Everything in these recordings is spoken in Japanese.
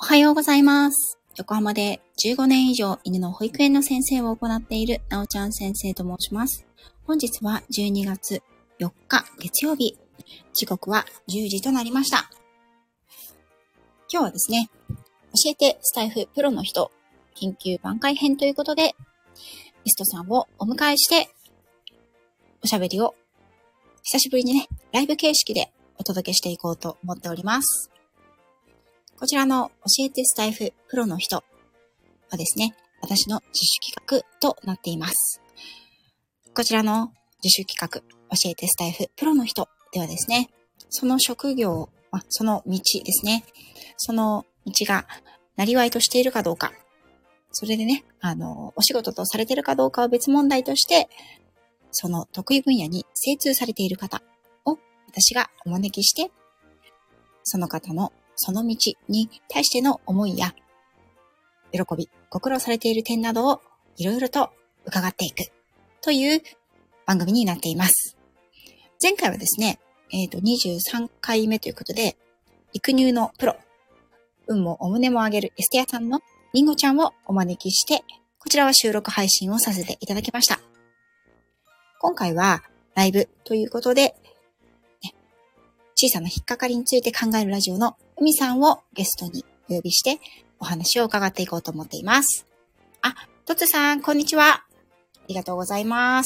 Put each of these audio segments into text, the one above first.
おはようございます。横浜で15年以上犬の保育園の先生を行っているなおちゃん先生と申します。本日は12月4日月曜日。時刻は10時となりました。今日はですね、教えてスタイフプロの人緊急挽回編ということで、ゲストさんをお迎えしておしゃべりを久しぶりにね、ライブ形式でお届けしていこうと思っております。こちらの教えてスタイフプロの人はですね、私の自主企画となっています。こちらの自主企画、教えてスタイフプロの人ではですね、その職業、その道ですね、その道がなりわいとしているかどうか、それでね、お仕事とされているかどうかは別問題として、その得意分野に精通されている方を私がお招きして、その方のその道に対しての思いや喜び、ご苦労されている点などをいろいろと伺っていくという番組になっています。前回はですね、23回目ということで、育乳のプロ、運もお胸も上げるエステ屋さんのりんごちゃんをお招きして、こちらは収録配信をさせていただきました。今回はライブということで、小さな引っかかりについて考えるラジオの海さんをゲストにお呼びしてお話を伺っていこうと思っています。トツさん、こんにちは。ありがとうございます。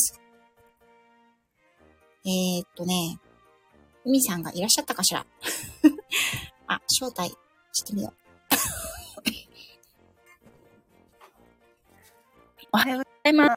海さんがいらっしゃったかしら招待してみよう。おはようございます。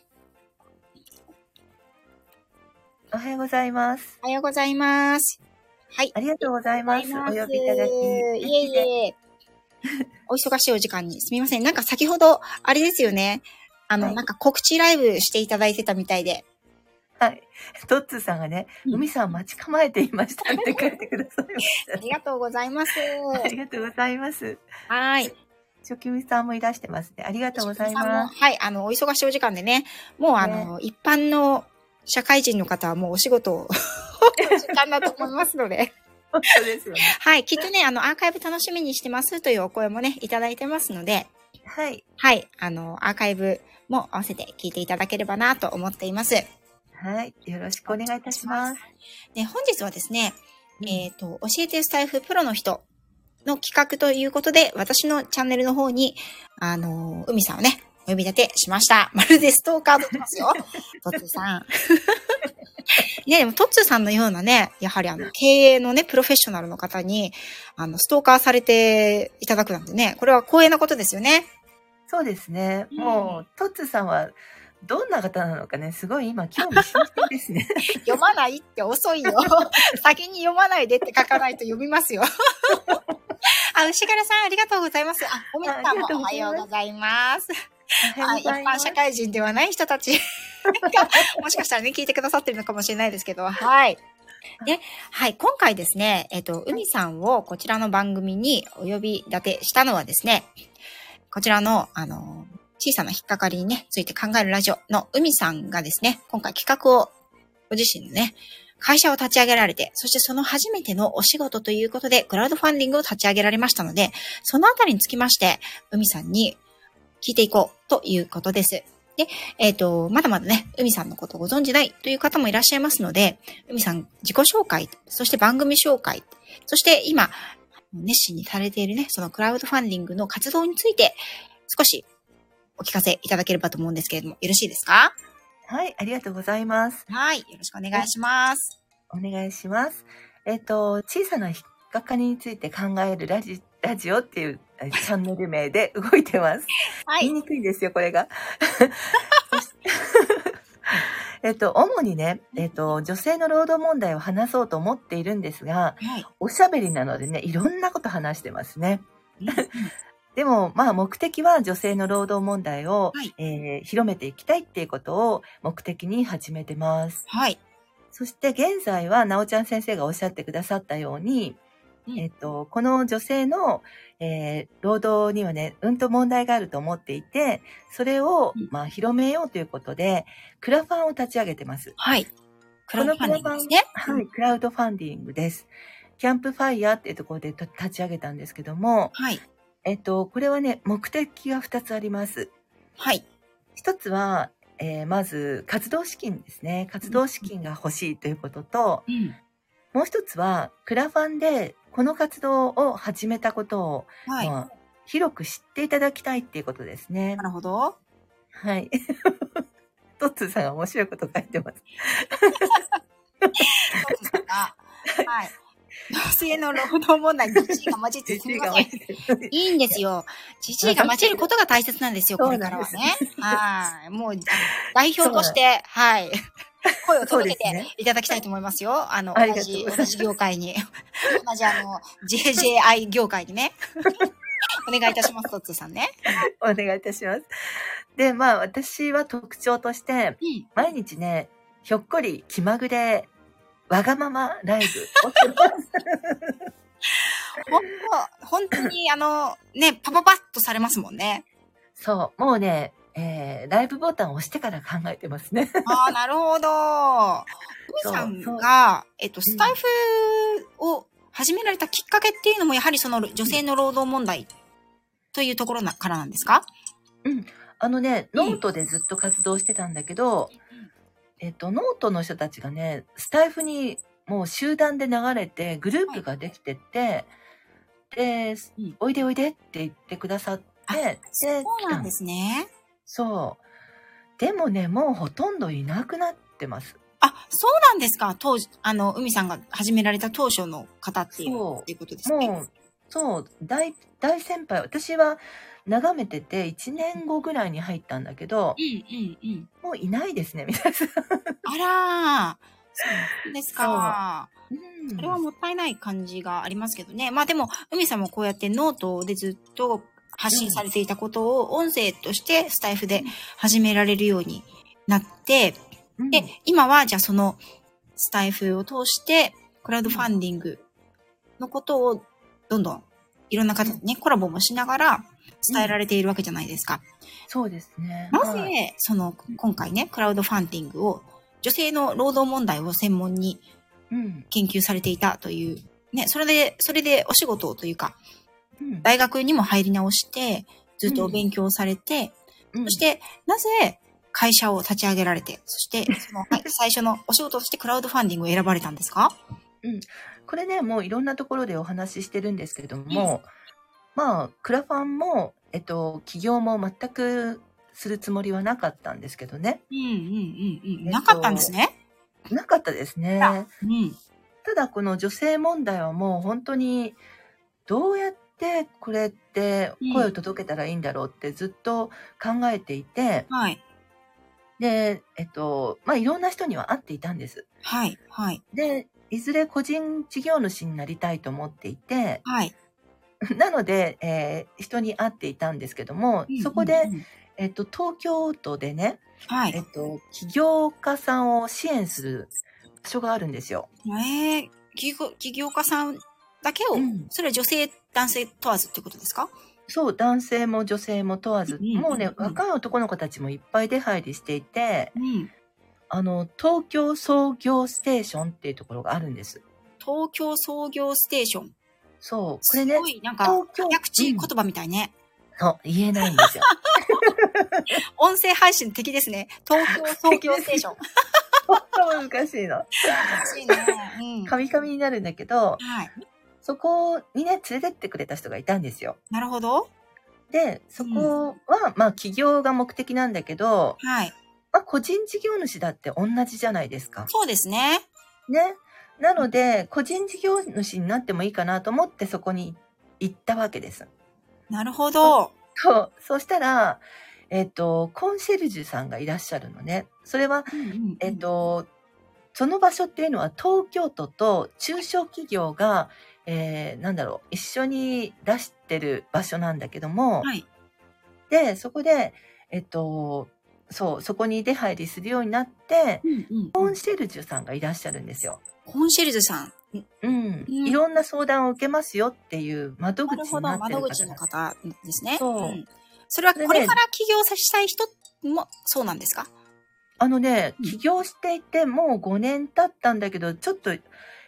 おはようございます。 おはようございます。はい。 ありがとうございます。お呼びいただき。 いえ。お忙しいお時間にすみません。なんか先ほど、あれですよね。なんか告知ライブしていただいてたみたいで。 はい。トッツーさんがね、海さん待ち構えていましたって書いてくださいました。 ありがとうございます。 ありがとうございます。 はい。 初級さんもいらしてますね。ありがとうございます。 はい。お忙しいお時間でね、もう一般の社会人の方はもうお仕事を時間だと思いますので。 本当ですよね。 はい。きっとね、アーカイブ楽しみにしてますというお声もね、いただいてますので。 はい。 はい。アーカイブも合わせて聞いていただければなと思っています。 はい。よろしくお願いいたします。 で、本日はですね、教えてスタイフプロの人の企画ということで、私のチャンネルの方に、海さんをね、お呼び立てしました。まるでストーカーと言ってますよ。トッツーさん。ね、でもトッツーさんのようなね、やはり経営のね、プロフェッショナルの方に、ストーカーされていただくなんてね、これは光栄なことですよね。 そうですね。もう、トッツーさんは、どんな方なのかね、すごい今興味津々ですね。 読まないって遅いよ。先に読まないでって書かないと読みますよ。牛柄さんありがとうございます。おみさんもおはようございます。一般社会人ではない人たちが、もしかしたらね、聞いてくださってるのかもしれないですけど、はい。で、はい、今回ですね、海さんをこちらの番組にお呼び立てしたのはですね、こちらの、小さな引っかかりにね、ついて考えるラジオの海さんがですね、今回企画をご自身のね、会社を立ち上げられて、そしてその初めてのお仕事ということで、クラウドファンディングを立ち上げられましたので、そのあたりにつきまして、海さんに聞いていこうということです。で、まだまだね、海さんのことをご存じないという方もいらっしゃいますので、海さん自己紹介、そして番組紹介、そして今、熱心にされているね、そのクラウドファンディングの活動について、少しお聞かせいただければと思うんですけれども、よろしいですか？ はい、ありがとうございます。 はい、よろしくお願いします。 お願いします。小さな引っかかりについて考えるラジオっていうチャンネル名で動いてます。 はい。 言いにくいですよ、これが。主にね、女性の労働問題を話そうと思っているんですが、 はい、 おしゃべりなのでね、いろんなこと話してますね。でも、目的は女性の労働問題を、広めていきたいっていうことを目的に始めてます。 はい。 そして現在は、なおちゃん先生がおっしゃってくださったように、この女性の、労働にはね、問題があると思っていて、それを、広めようということで、クラファンを立ち上げてます。 はい。クラウドファンディングですね。 はい、クラウドファンディングです。キャンプファイヤーっていうところで立ち上げたんですけども、 はい。 これはね、目的が2つあります。 はい。 1つは、まず活動資金ですね。活動資金が欲しいということと、もう1つはクラファンでこの活動を始めたことを、 はい。 まあ、広く知っていただきたいっていうことですね。 なるほど。 はい。トッツーさんが面白いこと書いてます。 トッツーさんが、はい。女性の労働問題、じじいが混じってすみません。いいんですよ。じじいが混じることが大切なんですよ、これからはね。はい。もう、代表として、はい。声を届けていただきたいと思いますよ。同じ業界に。同じJJI 業界にね。お願いいたします、トッツーさんね。 お願いいたします。で、まあ、私は特徴として、毎日ね、ひょっこり気まぐれ、わがままライブをしてます。 本当にね、パパパッとされますもんね。 そう、もうね、ライブボタンを押してから考えてますね。 ああ、なるほど。海さんが、スタイフを始められたきっかけっていうのも、やはりその女性の労働問題というところからなんですか？ うん。ノートでずっと活動してたんだけど、ノートの人たちがね、スタイフにもう集団で流れて、グループができてって、で、おいでおいでって言ってくださって、 そうなんですね。 そう。でもね、もうほとんどいなくなってます。 あ、そうなんですか。当時、海さんが始められた当初の方っていうことですね。 もう、そう、大先輩、私は眺めてて1年後ぐらいに入ったんだけど、もういないですね、皆さん。 あらー、そうですか。それはもったいない感じがありますけどね。まあでも、海さんもこうやってノートでずっと発信されていたことを音声としてスタイフで始められるようになって、で、今はじゃあそのスタイフを通してクラウドファンディングのことをどんどんいろんな方とね、コラボもしながら伝えられているわけじゃないですか。 そうですね。 なぜ、今回ね、クラウドファンディングを女性の労働問題を専門に研究されていたという、ね、それでお仕事というか、大学にも入り直して、ずっと勉強されて、そして、なぜ会社を立ち上げられて、そして、最初のお仕事としてクラウドファンディングを選ばれたんですか？ これね、もういろんなところでお話ししてるんですけれども、まあ、クラファンも、起業も全くするつもりはなかったんですけどね。 なかったんですね。 なかったですね。ただ、この女性問題はもう本当に、どうやってこれって声を届けたらいいんだろうってずっと考えていて、で、まあ、いろんな人には会っていたんです。で、いずれ個人事業主になりたいと思っていて、なので、人に会っていたんですけども、そこで、東京都でね、起業家さんを支援する場所があるんですよ。 起業家さんだけを、それは女性、男性問わずってことですか？ そう、男性も女性も問わず、もうね、若い男の子たちもいっぱい出入りしていて、東京創業ステーションっていうところがあるんです。 東京創業ステーション。 そう。これね、 すごいなんか、早口言葉みたいね。 そう、言えないんですよ。 音声配信的ですね。東京創業ステーション。 難しいの。 難しいね。 カミカミになるんだけど、そこにね、連れてってくれた人がいたんですよ。 なるほど。 で、そこは、まあ、起業が目的なんだけど、まあ、個人事業主だって同じじゃないですか。 そうですね。 ね。なので、個人事業主になってもいいかなと思ってそこに行ったわけです。 なるほど。 そしたら、コンシェルジュさんがいらっしゃるのね。それは、その場所っていうのは東京都と中小企業が、一緒に出してる場所なんだけども、で、そこで、そこに出入りするようになって、コンシェルジュさんがいらっしゃるんですよ。 コンシェルジュさん。 いろんな相談を受けますよっていう窓口になってる方。 窓口の方ですね。それはこれから起業させたい人もそうなんですか？ 起業していてもう5年経ったんだけど、ちょっと、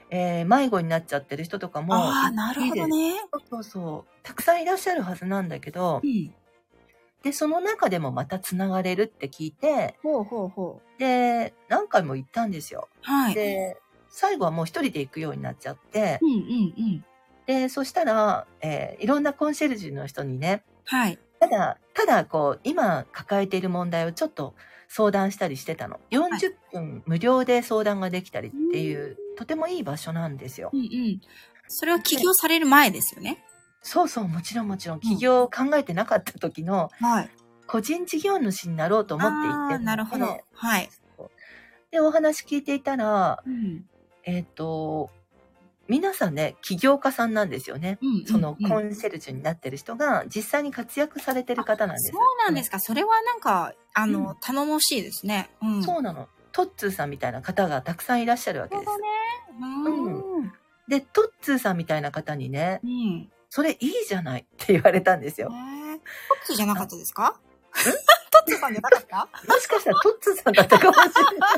迷子になっちゃってる人とかもああ、なるほどね。 そうそう。たくさんいらっしゃるはずなんだけど、 うん。 で、その中でもまたつながれるって聞いて、 ほうほうほう。 で、何回も行ったんですよ。 はい。 で、最後はもう一人で行くようになっちゃって、 うんうんうん。 で、そしたら、いろんなコンシェルジュの人にね、 はい。 ただ、こう、今抱えている問題をちょっと相談したりしてたの。40分無料で相談ができたりっていう、とてもいい場所なんですよ。 うんうん。それは起業される前ですよね。 そうそう、もちろんもちろん。起業を考えてなかった時の、 はい。 個人事業主になろうと思って行ってるので、 なるほど。はい。 で、お話聞いていたら、 うん。 皆さんね、起業家さんなんですよね。 うんうんうん、 そのコンシェルジュになってる人が実際に活躍されてる方なんです。 そうなんですか。それはなんか、頼もしいですね。うん。 そうなの。トッツーさんみたいな方がたくさんいらっしゃるわけです。 なるほどね。 で、トッツーさんみたいな方にね、 うん。 それいいじゃないって言われたんですよ。 トッツーじゃなかったですか？トッツーさんじゃなかった？ もしかしたらトッツーさんだったかもしれない。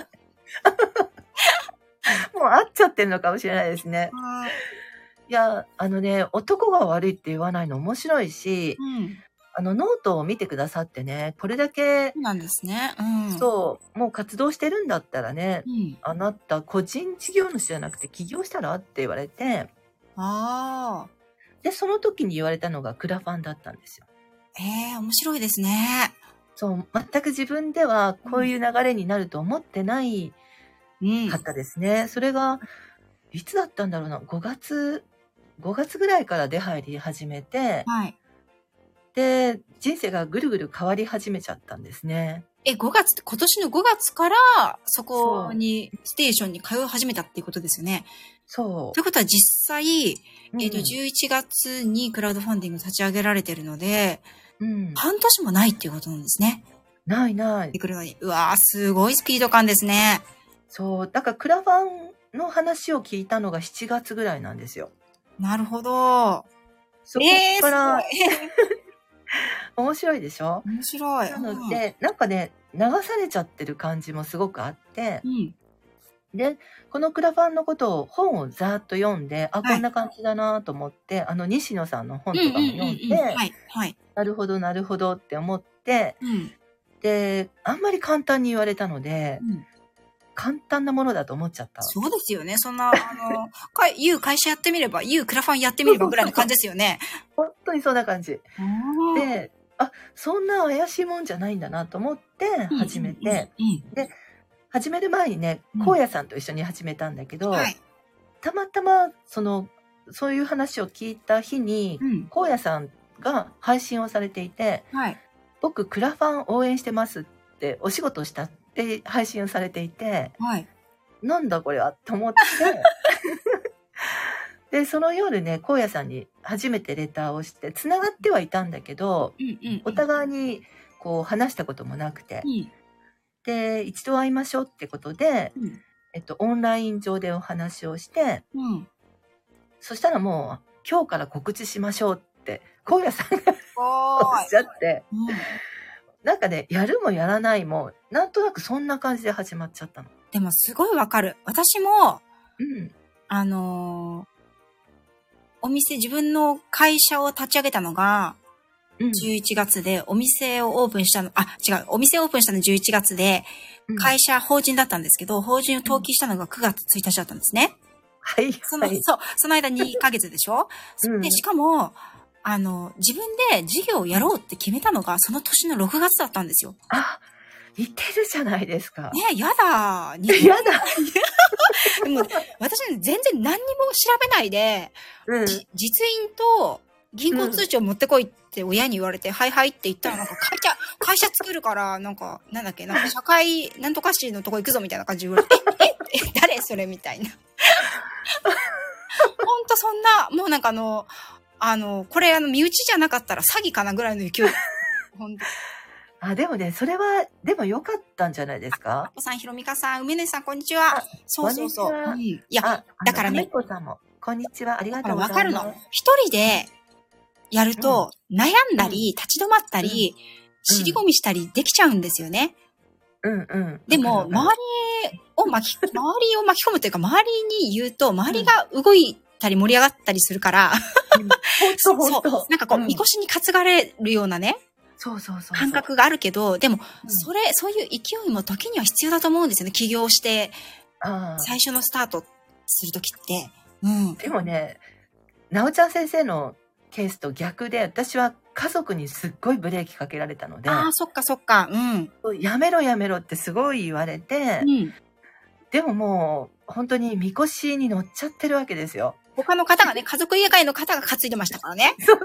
もう会っちゃってるのかもしれないですね。いや、男が悪いって言わないの面白いし、ノートを見てくださってね、これだけ、 そうなんですね。 そう、もう活動してるんだったらね、あなた個人事業主じゃなくて起業したらって言われて、で、その時に言われたのがクラファンだったんですよ。 面白いですね。 そう、全く自分ではこういう流れになると思ってないかったですね。それが、いつだったんだろうな、5月ぐらいから出入り始めて、 はい。 で、人生がぐるぐる変わり始めちゃったんですね。 今年の5月から、そこに、ステーションに通い始めたっていうことですよね。 そう。 ということは実際、11月にクラウドファンディング立ち上げられてるので、半年もないっていうことなんですね。 ないない。 来るのに。うわー、すごいスピード感ですね。 そう。だからクラファンの話を聞いたのが7月ぐらいなんですよ。 なるほど。 そこから、面白いでしょ？ 面白い。 なので、なんかね、流されちゃってる感じもすごくあって、で、このクラファンのことを本をざーっと読んで、こんな感じだなと思って、西野さんの本とかも読んで、なるほど、なるほどって思って、で、あんまり簡単に言われたので、簡単なものだと思っちゃった。 そうですよね。そんな、会社やってみれば、クラファンやってみればぐらいの感じですよね。 本当にそんな感じ。で、そんな怪しいもんじゃないんだなと思って始めて、で、始める前にね、荒野さんと一緒に始めたんだけど、たまたま、そういう話を聞いた日に、荒野さんが配信をされていて、僕、クラファン応援してますってお仕事したって配信をされていて、なんだこれはと思って、で、その夜ね、荒野さんに初めてレターをして、繋がってはいたんだけど、お互いにこう話したこともなくて、で、一度会いましょうってことで、オンライン上でお話をして、そしたらもう、今日から告知しましょうって、荒野さんがおっしゃって、なんかね、やるもやらないも、なんとなくそんな感じで始まっちゃったの。 でもすごいわかる。私も、自分の会社を立ち上げたのが、11月で、お店をオープンしたの11月で、法人だったんですけど、法人を登記したのが9月1日だったんですね。その間2ヶ月でしょ？で、しかも、自分で事業をやろうって決めたのが、その年の6月だったんですよ。 似てるじゃないですか。 ね、やだ。 やだ。 でも、私全然何にも調べないで、実印と銀行通帳持ってこいって親に言われて、はいはいって言ったら、なんか会社作るから、なんか社会なんとか市のとこ行くぞみたいな感じで言われて、誰それみたいな。ほんとそんな、もうなんかこれ身内じゃなかったら詐欺かなぐらいの勢い。ほんと。 でもね、それは、でも良かったんじゃないですか？ おさん、ひろみかさん、梅根さん、こんにちは。そう。いや、だからね。 こさんも、こんにちは。ありがとうございます。 わかるの。一人でやると、悩んだり、立ち止まったり、尻込みしたりできちゃうんですよね。 うんうん。 でも、周りを巻き込むというか、周りに言うと、周りが動いたり盛り上がったりするから、 そう、 なんかこう、みこしに担がれるようなね、 そう。 感覚があるけど、でも、そういう勢いも時には必要だと思うんですよね。起業して、最初のスタートするときって。 でもね、なおちゃん先生のケースと逆で、私は家族にすっごいブレーキかけられたので。 そっか。 やめろってすごい言われて、でももう、本当にみこしに乗っちゃってるわけですよ。 他の方がね、家族以外の方が担いでましたからね。 そう。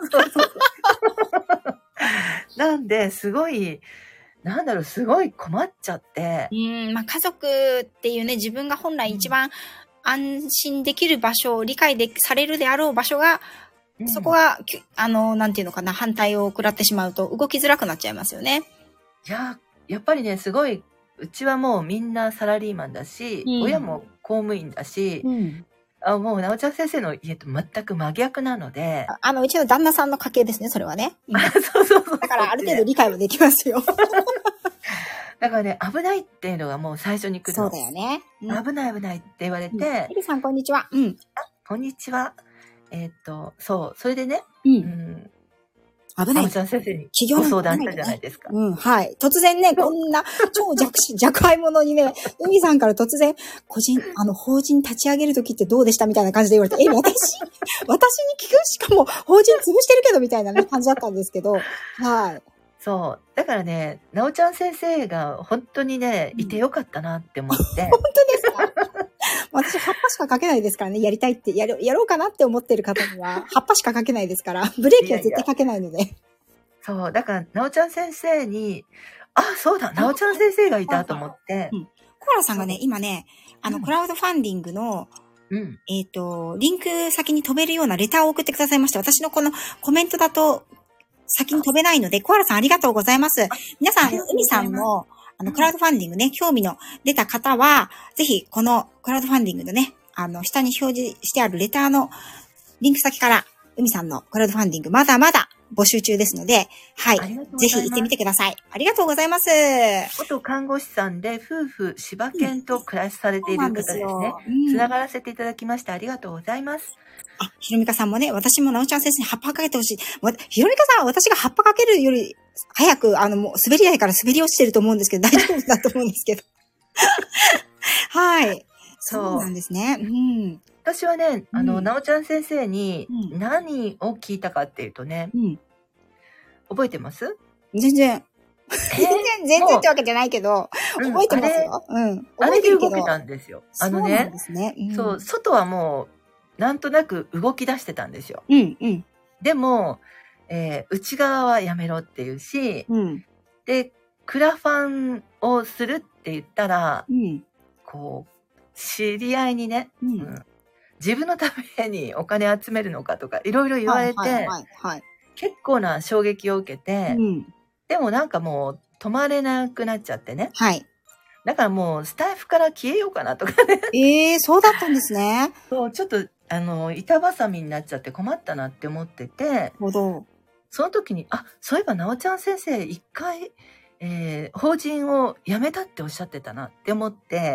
なんで、すごい困っちゃって。 家族っていうね、自分が本来一番安心できる場所を理解されるであろう場所が、そこが、なんていうのかな、反対を食らってしまうと動きづらくなっちゃいますよね。 いや、やっぱりね、すごい、うちはもうみんなサラリーマンだし、親も公務員だし、もうなおちゃん先生の家と全く真逆なので。 うちの旦那さんの家系ですね、それはね。 そう。 だからある程度理解はできますよ。 だからね、危ないっていうのがもう最初に来るの。 そうだよね。 危ないって言われて。 エリさん、こんにちは。 こんにちは。それでね。 危ない。 なおちゃん先生にご相談したじゃないですか。 はい。突然ね、こんな超弱愛者にね、海さんから突然、法人立ち上げるときってどうでしたみたいな感じで言われて、私に聞く？しかも、法人潰してるけどみたいな感じだったんですけど、はい。 そう。だからね、なおちゃん先生が本当にね、いてよかったなって思って。 本当ですか？私、葉っぱしかかけないですからね。やりたいって、やろうかなって思ってる方には、葉っぱしかかけないですから、ブレーキは絶対かけないので。 そう。だから、なおちゃん先生に、そうだ、なおちゃん先生がいたと思って。 コアラさんがね、今ね、クラウドファンディングの、リンク先に飛べるようなレターを送ってくださいました。私のこのコメントだと、先に飛べないので、コアラさんありがとうございます。皆さん、海さんの、クラウドファンディングね、興味の出た方は、ぜひ、このクラウドファンディングのね、下に表示してあるレターのリンク先から、海さんのクラウドファンディング、まだまだ募集中ですので、はい。ぜひ行ってみてください。ありがとうございます。 元看護師さんで、夫婦、柴犬と暮らしされている方ですね。つながらせていただきまして、ありがとうございます。 ひろみかさんもね、私もなおちゃん先生に葉っぱかけてほしい。ひろみかさんは私が葉っぱかけるより、早く、もう滑り台から滑り落ちてると思うんですけど、大丈夫だと思うんですけど。はい。そうなんですね。 私はね、なおちゃん先生に何を聞いたかっていうとね、覚えてます？ 全然ってわけじゃないけど、覚えてますよ。 あれで動けたんですよ。 そうなんですね。 そう、外はもう、なんとなく動き出してたんですよ。でも、内側はやめろっていうし、で、クラファンをするって言ったら、こう、知り合いにね、自分のためにお金集めるのかとかいろいろ言われて、結構な衝撃を受けて、でもなんかもう止まれなくなっちゃってね。だからもうスタイフから消えようかなとかね。 そうだったんですね。 そう、ちょっと板挟みになっちゃって困ったなって思ってて、その時に、そういえばなおちゃん先生一回、法人を辞めたっておっしゃってたなって思って、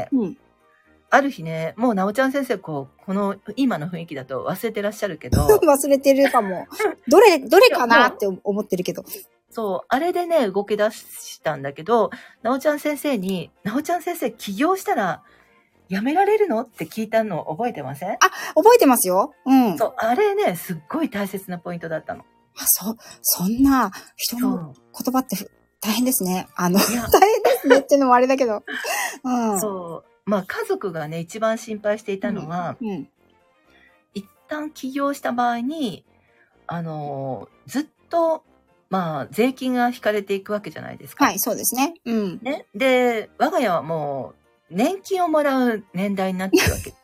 ある日ね、もうなおちゃん先生この今の雰囲気だと忘れてらっしゃるけど。 忘れてるかも。どれかなって思ってるけど。 そう、あれでね、動き出したんだけど、なおちゃん先生に、なおちゃん先生起業したら、辞められるのって聞いたの覚えてません？ 覚えてますよ。 そう、あれね、すっごい大切なポイントだったの。 そんな人の言葉って大変ですね。大変ですねっていうのもあれだけど。 そう。まあ家族がね、一番心配していたのは、一旦起業した場合に、ずっと、まあ税金が引かれていくわけじゃないですか。 はい、そうですね。 ね。で、我が家はもう、年金をもらう年代になってるわけ。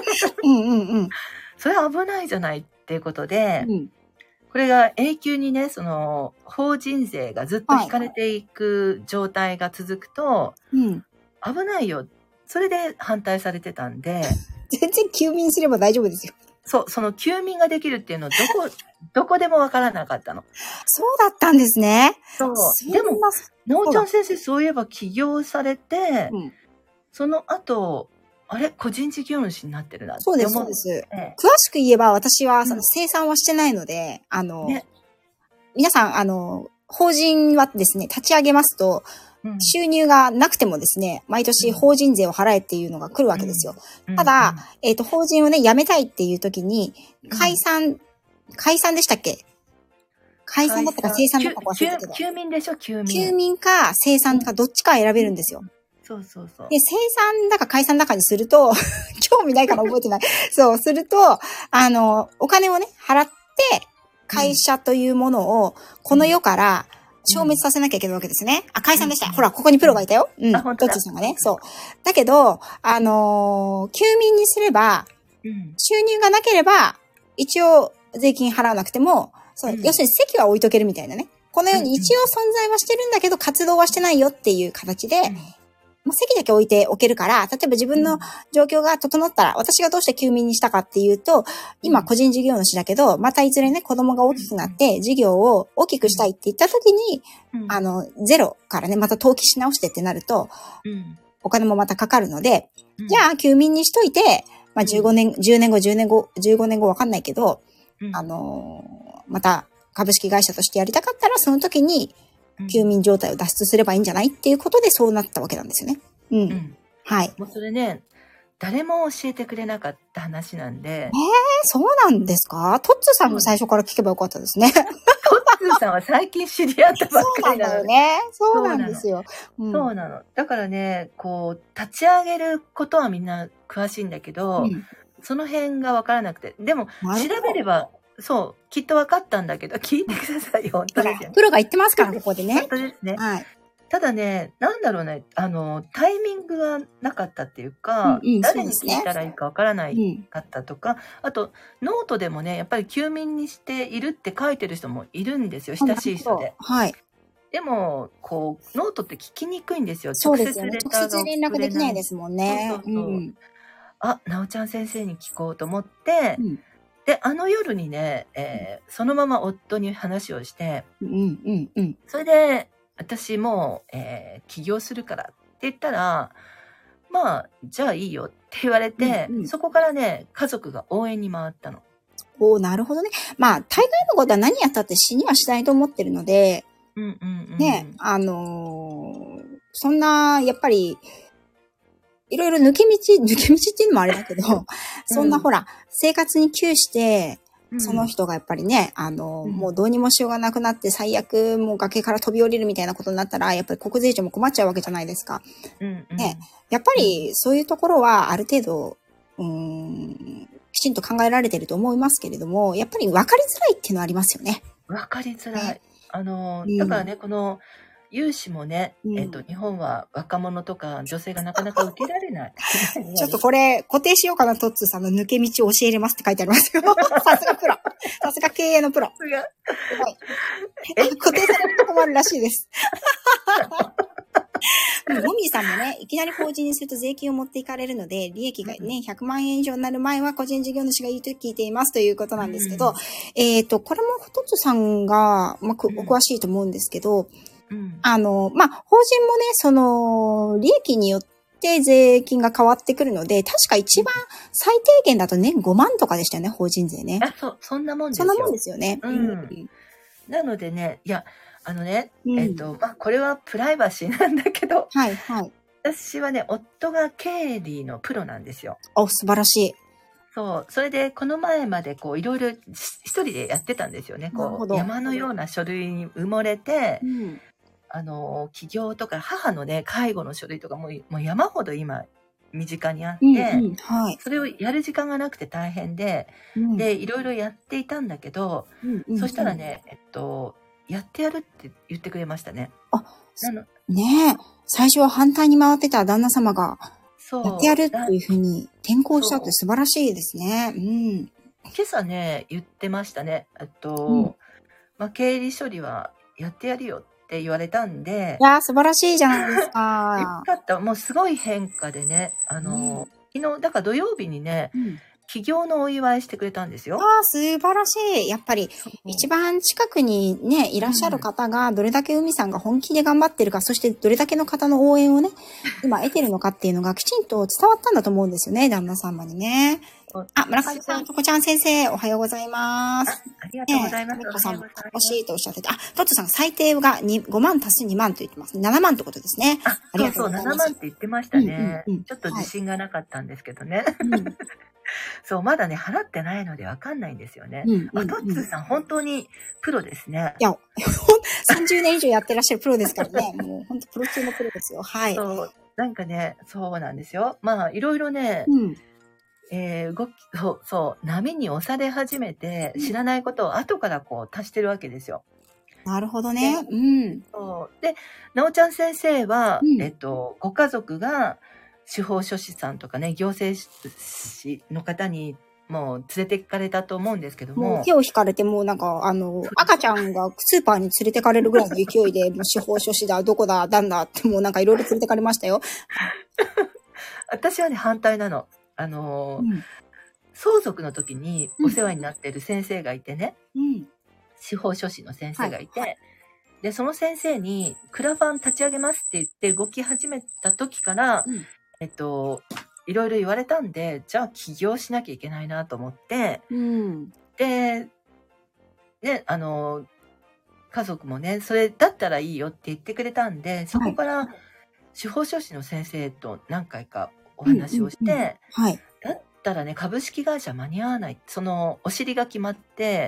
それは危ないじゃないっていうことで、これが永久にね、法人税がずっと引かれていく状態が続くと、危ないよ。それで反対されてたんで。 全然休眠すれば大丈夫ですよ。 そう、その休眠ができるっていうのをどこでもわからなかったの。 そうだったんですね。 そう。でも、なおちゃん先生そういえば起業されて、その後、あれ個人事業主になってるなって思って。 そうです、そうです。詳しく言えば私はその生産はしてないので、皆さん、法人はですね、立ち上げますと、収入がなくてもですね、毎年法人税を払えっていうのが来るわけですよ。ただ、法人をね、辞めたいっていう時に、解散でしたっけ？解散だったか生産だったか忘れたけど。 休眠でしょ、休眠。 休眠か生産かどっちか選べるんですよ。 そうそうそう。 で、生産だか解散だかにすると、興味ないから覚えてない。そう、すると、お金をね、払って、会社というものを、この世から消滅させなきゃいけないわけですね。あ、解散でした。ほら、ここにプロがいたよ。うん。どっちさんがね。そう。だけど、休眠にすれば、収入がなければ、一応、税金払わなくても、そう、要するに席は置いとけるみたいなね。このように一応存在はしてるんだけど、活動はしてないよっていう形で、もう席だけ置いておけるから、例えば自分の状況が整ったら、私がどうして休眠にしたかっていうと、今個人事業主だけど、またいずれね、子供が大きくなって事業を大きくしたいって言った時に、ゼロからね、また登記し直してってなると、お金もまたかかるので、じゃあ休眠にしといて、まあ15年、10年後、15年後わかんないけど、また株式会社としてやりたかったら、その時に、休眠状態を脱出すればいいんじゃないっていうことでそうなったわけなんですよね。はい。 もうそれね、誰も教えてくれなかった話なんで。 そうなんですか？トッツーさんも最初から聞けばよかったですね。 トッツーさんは最近知り合ったばっかりなの。 そうなんだよね。そうなんですよ。 そうなの。だからね、こう、立ち上げることはみんな詳しいんだけど、その辺がわからなくて。でも、調べれば、そう、きっと分かったんだけど、聞いてくださいよ。本当ですよ。 プロが言ってますから、ここでね。 本当ですね。はい。ただね、なんだろうね、タイミングがなかったっていうか、誰に聞いたらいいか分からないかったとか、あと、ノートでもね、やっぱり休眠にしているって書いてる人もいるんですよ、親しい人で。 はい。 でも、こう、ノートって聞きにくいんですよ。 直接連絡できないですもんね。 そうそうそう。あ、なおちゃん先生に聞こうと思って、で、夜にね、そのまま夫に話をして、それで、私も起業するからって言ったら、まあ、じゃあいいよって言われて、そこからね、家族が応援に回ったの。 なるほどね。まあ、大概のことは何やったって死にはしないと思ってるので、ね、そんな、やっぱり、いろいろ抜け道っていうのもあれだけど、そんなほら、生活に窮して、その人がやっぱりね、もうどうにもしようがなくなって最悪もう崖から飛び降りるみたいなことになったら、やっぱり国税庁も困っちゃうわけじゃないですか。ね、やっぱりそういうところはある程度、きちんと考えられてると思いますけれども、やっぱり分かりづらいっていうのはありますよね。 分かりづらい。だからね、この、融資もね、日本は若者とか女性がなかなか受けられない。 ちょっとこれ、固定しようかな、トッツーさんの抜け道を教えれますって書いてありますよ。さすがプロ。さすが経営のプロ。固定されると困るらしいです。もみじさんもね、いきなり法人にすると税金を持っていかれるので、利益がね、100万円以上になる前は個人事業主がいいと聞いていますということなんですけど、これもトッツーさんが、お詳しいと思うんですけど、法人もね、利益によって税金が変わってくるので、確か一番最低限だと年5万とかでしたよね、法人税ね。 そんなもんですよ。 そんなもんですよね。 なのでね、いや、これはプライバシーなんだけど、私はね、夫が経理のプロなんですよ。 素晴らしい。 そう。それで、この前までこう、いろいろ一人でやってたんですよね。こう、山のような書類に埋もれて、起業とか母のね、介護の書類とかもう山ほど今、身近にあって、それをやる時間がなくて大変で、で、いろいろやっていたんだけど、そしたらね、やってやるって言ってくれましたね。 ねえ。最初は反対に回ってた旦那様が、やってやるっていうふうに転校したって素晴らしいですね。 今朝ね、言ってましたね。経理処理はやってやるよって言われたんで。 いやー、素晴らしいじゃないですか。 よかった。もうすごい変化でね、昨日、だから土曜日にね、 起業のお祝いしてくれたんですよ。 ああ、素晴らしい。やっぱり、一番近くにね、いらっしゃる方が、どれだけ海さんが本気で頑張ってるか、そしてどれだけの方の応援をね、今得てるのかっていうのがきちんと伝わったんだと思うんですよね、旦那様にね。あ、村上さん、とこちゃん先生、おはようございます。 ありがとうございます。 とこさんも欲しいとおっしゃってて、あ、トットさん、最低が5万足す2万と言ってます。7万ってことですね。 ありがとうございます。そうそう、7万って言ってましたね。ちょっと自信がなかったんですけどね。そう、まだね、払ってないのでわかんないんですよね。トッツーさん、本当にプロですね。 いや、30年以上やってらっしゃるプロですからね。もう本当プロ中のプロですよ。はい。 そう、なんかね、そうなんですよ。まあ、いろいろね、波に押され始めて、知らないことを後からこう足してるわけですよ。 なるほどね。 そうで、なおちゃん先生は、ご家族が、司法書士さんとかね、行政士の方にもう連れて行かれたと思うんですけども。 もう手を引かれて、もうなんか、赤ちゃんがスーパーに連れてかれるぐらいの勢いで、もう司法書士だ、どこだ、なんだって、もうなんかいろいろ連れてかれましたよ。 私はね、反対なの。相続の時にお世話になっている先生がいてね、司法書士の先生がいて、で、その先生に、クラファン立ち上げますって言って動き始めた時から、いろいろ言われたんで、じゃあ起業しなきゃいけないなと思って、で、家族もね、それだったらいいよって言ってくれたんで、そこから司法書士の先生と何回かお話をして、だったらね、株式会社間に合わない。そのお尻が決まって、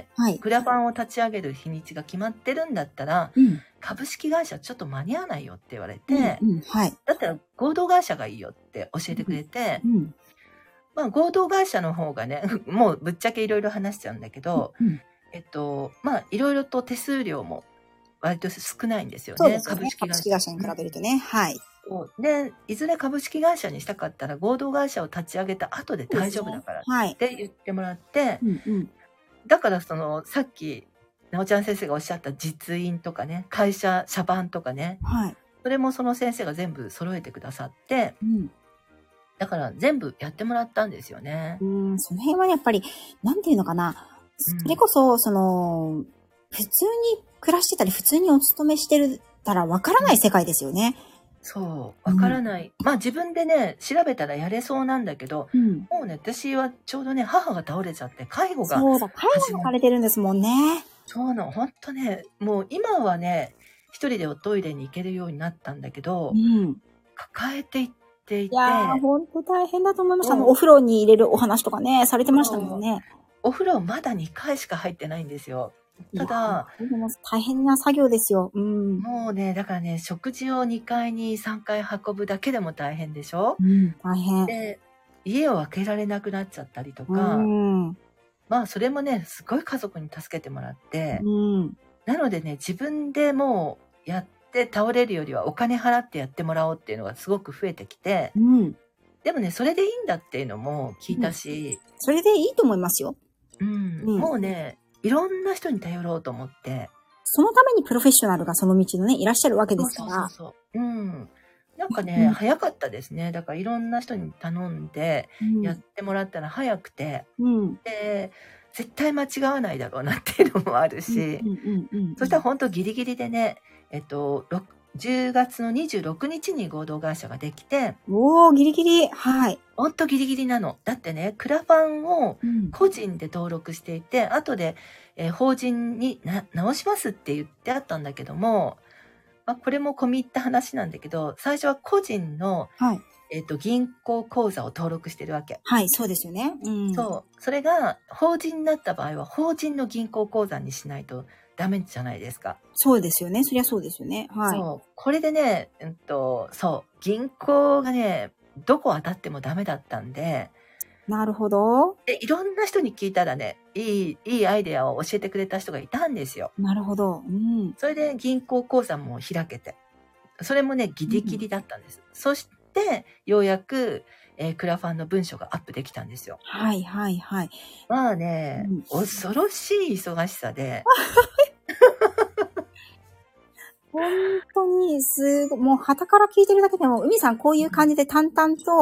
クラファンを立ち上げる日にちが決まってるんだったら、株式会社ちょっと間に合わないよって言われて、だったら合同会社がいいよって教えてくれて、まあ合同会社の方がね、もうぶっちゃけいろいろ話しちゃうんだけど、まあいろいろと手数料も割と少ないんですよね。 そうですよね。株式会社に比べるとね。はい。 で、いずれ株式会社にしたかったら合同会社を立ち上げた後で大丈夫だからって言ってもらって、だからさっき、なおちゃん先生がおっしゃった実印とかね、会社、社番とかね、それもその先生が全部揃えてくださって、だから全部やってもらったんですよね。 その辺はやっぱり、なんていうのかな、それこそ、普通に暮らしてたり、普通にお勤めしてるたらわからない世界ですよね。 そう、わからない。まあ自分でね、調べたらやれそうなんだけど、もうね、私はちょうどね、母が倒れちゃって、介護が。 そうだ、介護されてるんですもんね。 そうなの、ほんとね、もう今はね、一人でおトイレに行けるようになったんだけど、抱えていっていて。 いやー、ほんと大変だと思いました。お風呂に入れるお話とかね、されてましたもんね。 お風呂まだ2回しか入ってないんですよ。ただ、 大変な作業ですよ。 もうね、だからね、食事を2階に3回運ぶだけでも大変でしょ？ 大変。 で、家を空けられなくなっちゃったりとか、まあそれもね、すごい家族に助けてもらって、なのでね、自分でもうやって倒れるよりはお金払ってやってもらおうっていうのがすごく増えてきて、でもね、それでいいんだっていうのも聞いたし、 それでいいと思いますよ。 もうね、いろんな人に頼ろうと思って。 そのためにプロフェッショナルがその道のね、いらっしゃるわけですから。 なんかね、早かったですね。だからいろんな人に頼んで、やってもらったら早くて、で、絶対間違わないだろうなっていうのもあるし、そしたら本当ギリギリでね、10月の26日に合同会社ができて。 ギリギリ。はい。 ほんとギリギリなの。だってね、クラファンを個人で登録していて、後で、法人に直しますって言ってあったんだけども、これも込み入った話なんだけど、最初は個人の、銀行口座を登録してるわけ。 はい、そうですよね。 そう。それが法人になった場合は、法人の銀行口座にしないとダメじゃないですか。 そうですよね。そりゃそうですよね。はい。 そう。これでね、そう。銀行がね、どこ当たってもダメだったんで。 なるほど。 で、いろんな人に聞いたらね、いいアイデアを教えてくれた人がいたんですよ。 なるほど。 それで銀行口座も開けて。それもね、ギリギリだったんです。そして、ようやく、クラファンの文書がアップできたんですよ。 はいはいはい。 まあね、恐ろしい忙しさで。 本当にもう旗から聞いてるだけでも、海さんこういう感じで淡々と、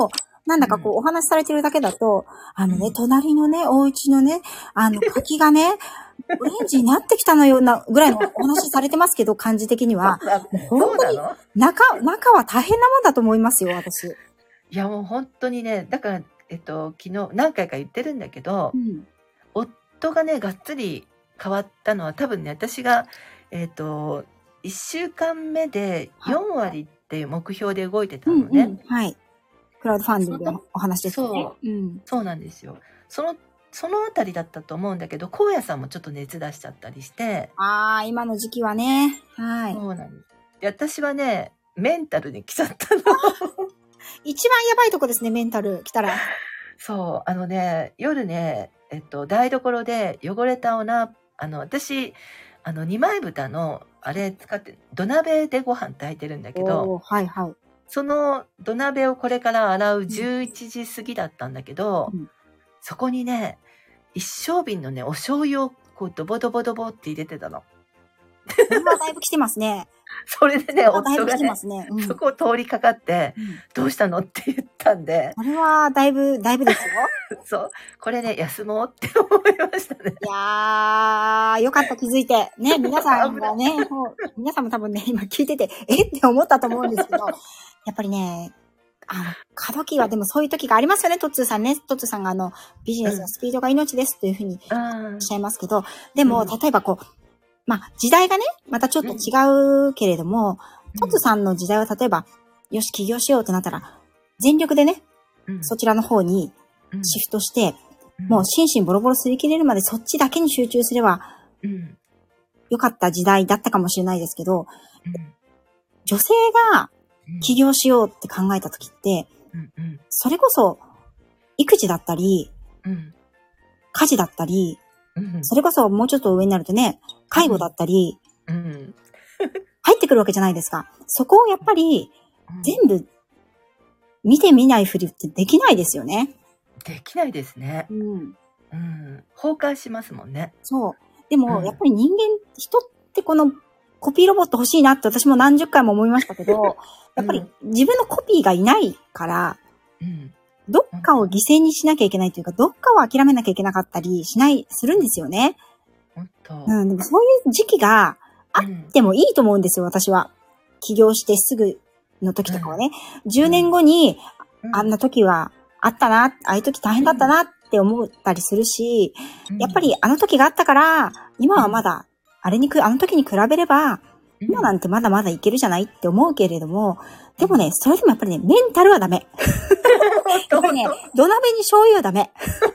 なんだかこうお話しされてるだけだと、隣のね、お家のね、柿がね、オレンジになってきたのようなぐらいのお話されてますけど、感じ的には。本当に中は大変なもんだと思いますよ、私。 いやもう本当にね、だから、昨日何回か言ってるんだけど、夫がね、がっつり変わったのは多分ね、私が、1週間目で4割っていう目標で動いてたのね。 はい。クラウドファンディングのお話ですね。 そうなんですよ。そのあたりだったと思うんだけど、荒野さんもちょっと熱出しちゃったりして。 今の時期はね。はい。 そうなんです。で、私はね、メンタルに来ちゃったの。 一番やばいとこですね、メンタル来たら。 そう、夜ね、台所で汚れた私、二枚豚の、あれ使って、土鍋でご飯炊いてるんだけど、 はいはい。 その土鍋をこれから洗う11時過ぎだったんだけど、そこにね、一升瓶のね、お醤油をこうドボドボドボって入れてたの。 これはだいぶ来てますね。 それでね、夫がね、そこを通りかかって、どうしたのって言ったんで。 これはだいぶですよ。 そう。これね、休もうって思いましたね。 いやー、よかった気づいて。ね、皆さんがね、皆さんも多分ね、今聞いてて、って思ったと思うんですけど、やっぱりね、過渡期はでもそういう時がありますよね、トッツーさんね。トッツーさんがビジネスのスピードが命ですというふうにおっしゃいますけど、でも、例えばこう、時代がね、またちょっと違うけれども、トッツーさんの時代は例えば、よし、起業しようってなったら、全力でね、そちらの方にシフトして、もう心身ボロボロ擦り切れるまでそっちだけに集中すれば、よかった時代だったかもしれないですけど、女性が起業しようって考えた時って、それこそ、育児だったり、家事だったり、それこそもうちょっと上になるとね、介護だったり、入ってくるわけじゃないですか。そこをやっぱり、全部、見てみないふりってできないですよね。 できないですね。崩壊しますもんね。 そう。でも、やっぱり人ってこのコピーロボット欲しいなって私も何十回も思いましたけど、やっぱり自分のコピーがいないから、どっかを犠牲にしなきゃいけないというか、どっかを諦めなきゃいけなかったりするんですよね。でもそういう時期があってもいいと思うんですよ、私は。起業してすぐの時とかはね。10年後に、あんな時はあったな、ああいう時大変だったなって思ったりするし、やっぱりあの時があったから、今はまだ、あの時に比べれば、今なんてまだまだいけるじゃないって思うけれども、でもね、それでもやっぱりね、メンタルはダメ。やっぱりね、土鍋に醤油はダメ。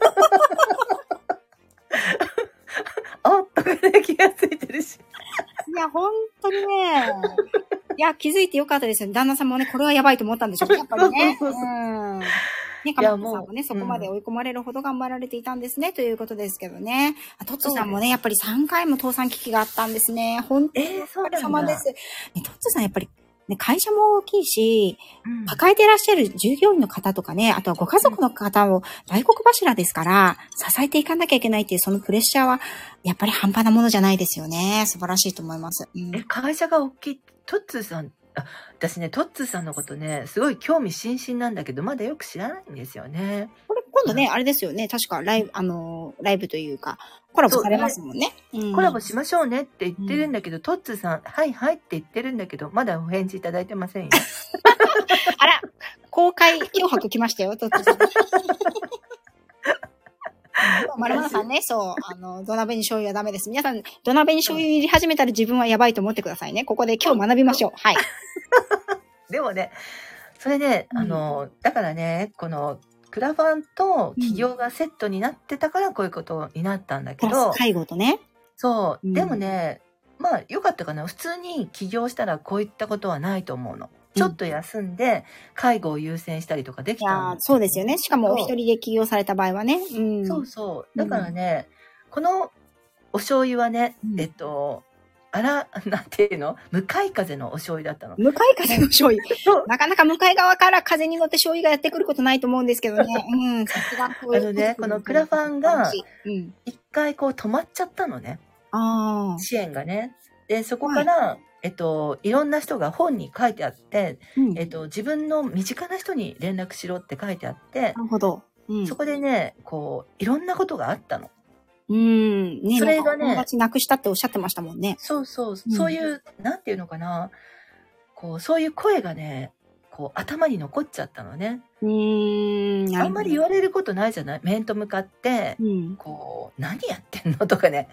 おっとかね、気がついてるし。 いや、本当にね、いや、気づいてよかったですよ。旦那さんもね、これはやばいと思ったんでしょうね、やっぱりね。ね、かまさんもね、そこまで追い込まれるほど頑張られていたんですね、ということですけどね。トッツさんもね、やっぱり3回も倒産危機があったんですね。本当にお疲れ様です。ね、トッツさんやっぱり、ね、会社も大きいし、抱えていらっしゃる従業員の方とかね、あとはご家族の方を大黒柱ですから、支えていかなきゃいけないっていうそのプレッシャーは、やっぱり半端なものじゃないですよね。素晴らしいと思います。 会社が大きい、トッツさん、私ね、トッツさんのことね、すごい興味津々なんだけど、まだよく知らないんですよね。 これ、今度ね、あれですよね。確かライブというか、コラボされますもんね。 コラボしましょうねって言ってるんだけど、トッツさん、はいはいって言ってるんだけど、まだお返事いただいてませんよ。 あら、公開脅迫来ましたよ、トッツさん。丸々さんね、そう、土鍋に醤油はダメです。皆さん、土鍋に醤油入れ始めたら自分はやばいと思ってくださいね。ここで今日学びましょう。はい。 でもね、それで、だからね、この、クラファンと起業がセットになってたからこういうことになったんだけど。 介護とね。 そう。でもね、まあ、よかったかな。普通に起業したらこういったことはないと思うの。ちょっと休んで、介護を優先したりとかできたんそうですよね。しかもお一人で起業された場合はね。 そうそう。だからね、このお醤油はね、なんていうの？向かい風のお醤油だったの。 向かい風の醤油。なかなか向かい側から風に乗って醤油がやってくることないと思うんですけどね。さすがこのクラファンが、一回こう止まっちゃったのね。支援がね。で、そこから、 いろんな人が本に書いてあって、 うん自分の身近な人に連絡しろって書いてあって、 なるほど。 そこでね、こう、いろんなことがあったの。 ね、 それがね友達亡くしたっておっしゃってましたもんね。 そう、そういう、なんていうのかな、こう、そういう声がね、こう、頭に残っちゃったのね。あんまり言われることないじゃない？面と向かって、こう、何やってんのとかね。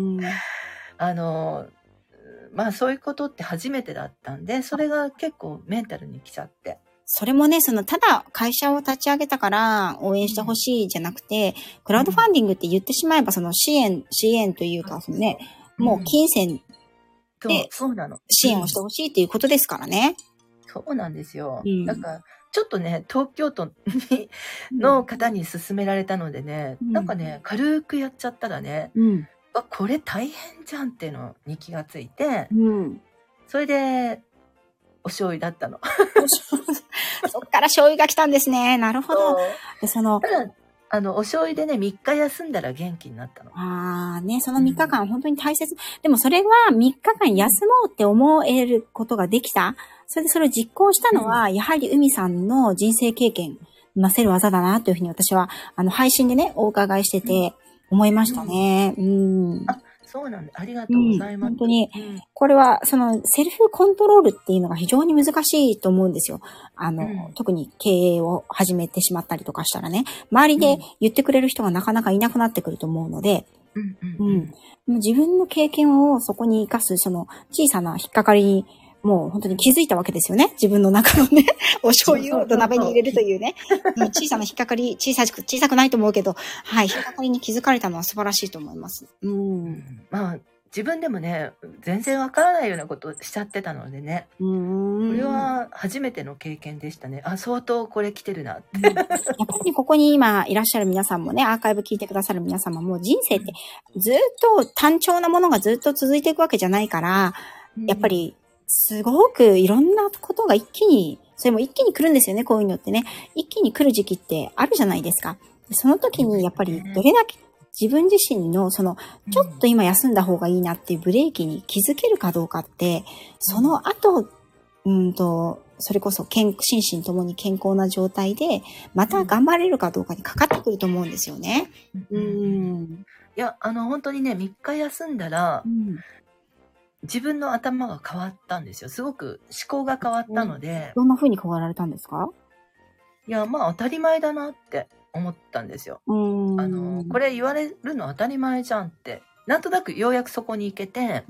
まあそういうことって初めてだったんで、それが結構メンタルに来ちゃって。 それもね、ただ会社を立ち上げたから応援してほしいじゃなくて、クラウドファンディングって言ってしまえば、支援というか、もう金銭で支援をしてほしいっていうことですからね。 そうなんですよ。なんか、ちょっとね、東京都の方に勧められたのでね、なんかね、軽くやっちゃったらね、これ大変じゃんっていうのに気がついて、それで、お醤油だったの。 そっから醤油が来たんですね。なるほど。でただ、お醤油でね、3日休んだら元気になったの。 その3日間本当に大切。でもそれは3日間休もうって思えることができた。それでそれを実行したのは、やはり海さんの人生経験、なせる技だなというふうに私は、配信でね、お伺いしてて思いましたね。 そうなんだ。ありがとうございます。 本当に、これは、セルフコントロールっていうのが非常に難しいと思うんですよ。特に経営を始めてしまったりとかしたらね、周りで言ってくれる人がなかなかいなくなってくると思うので、自分の経験をそこに活かす、小さな引っかかりに、もう本当に気づいたわけですよね。自分の中のね、お醤油を土鍋に入れるというね、小さな引っかかり、小さくないと思うけど、はい、引っかかりに気づかれたのは素晴らしいと思います。 まあ、自分でもね、全然わからないようなことをしちゃってたのでね。これは初めての経験でしたね。相当これ来てるなって。やっぱりここに今いらっしゃる皆さんもね、アーカイブ聞いてくださる皆様も人生ってずっと単調なものがずっと続いていくわけじゃないから、やっぱりすごくいろんなことが一気に、それも一気に来るんですよね、こういうのってね。一気に来る時期ってあるじゃないですか。その時にやっぱりどれだけ自分自身のちょっと今休んだ方がいいなっていうブレーキに気づけるかどうかって、その後、それこそ心身ともに健康な状態で、また頑張れるかどうかにかかってくると思うんですよね。 いや、本当にね、3日休んだら、自分の頭が変わったんですよ。すごく思考が変わったので。 どんな風に変わられたんですか？ いや、まあ当たり前だなって思ったんですよ。これ言われるの当たり前じゃんって。なんとなくようやくそこに行けて。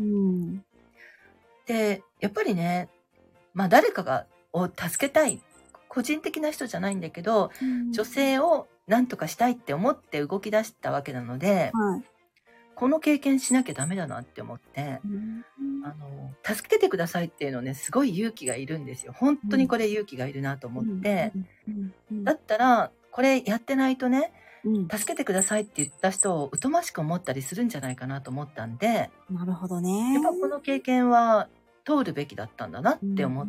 で、やっぱりね、まあ誰かを助けたい。個人的な人じゃないんだけど、女性を何とかしたいって思って動き出したわけなので、この経験しなきゃダメだなって思って、助けてくださいっていうのね、すごい勇気がいるんですよ。本当にこれ勇気がいるなと思って、だったら、これやってないとね、助けてくださいって言った人を疎ましく思ったりするんじゃないかなと思ったんで、 なるほどね。 やっぱこの経験は通るべきだったんだなって思って、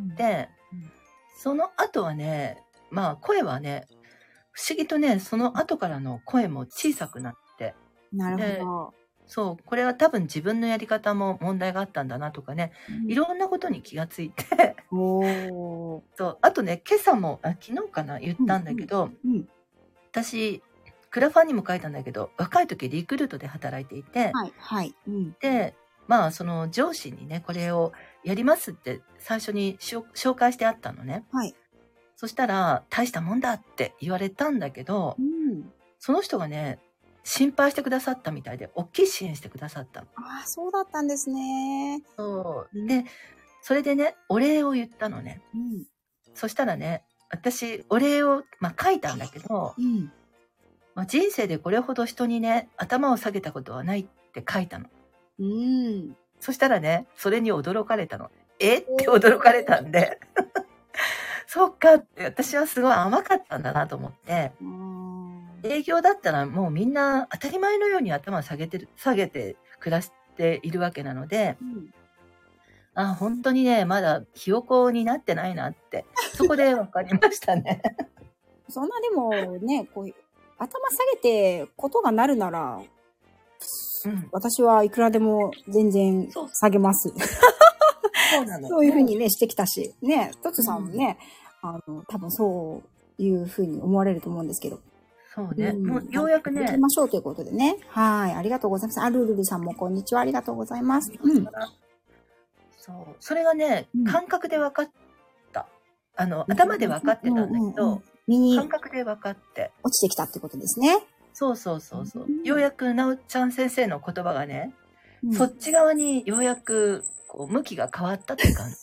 その後はね、まあ声はね、不思議とね、その後からの声も小さくなって、 なるほど。 そう、これは多分自分のやり方も問題があったんだなとかね、いろんなことに気がついてそう、あとね、今朝も、昨日かな、言ったんだけど、私、クラファンにも書いたんだけど、若い時リクルートで働いていて、で、まあ、その上司にね、これをやりますって最初に紹介してあったのね。そしたら、大したもんだって言われたんだけど、その人がね、心配してくださったみたいで、大きい支援してくださったの。 そうだったんですね。 そう。で、それでね、お礼を言ったのね。そしたらね、私、お礼を、書いたんだけど、人生でこれほど人にね、頭を下げたことはないって書いたの。そしたらね、それに驚かれたの。って驚かれたんで、そっかって、私はすごい甘かったんだなと思って、営業だったらもうみんな当たり前のように頭を下げて暮らしているわけなので、本当にね、まだひよこになってないなって、そこで分かりましたね。 そんなでもね、こう頭下げてことがなるなら、私はいくらでも全然下げます。 そうなの。 そういうふうにね、してきたし、ね、トツさんもね、多分そういうふうに思われると思うんですけど。 そうね。もうようやくね。 行きましょうということでね。はい。ありがとうございます。ルルルさんもこんにちは。ありがとうございます。うん。 そう。それがね、感覚で分かった。頭で分かってたんだけど、感覚で分かって。 落ちてきたってことですね。 そう。ようやくなおちゃん先生の言葉がね、そっち側にようやくこう向きが変わったって感じ。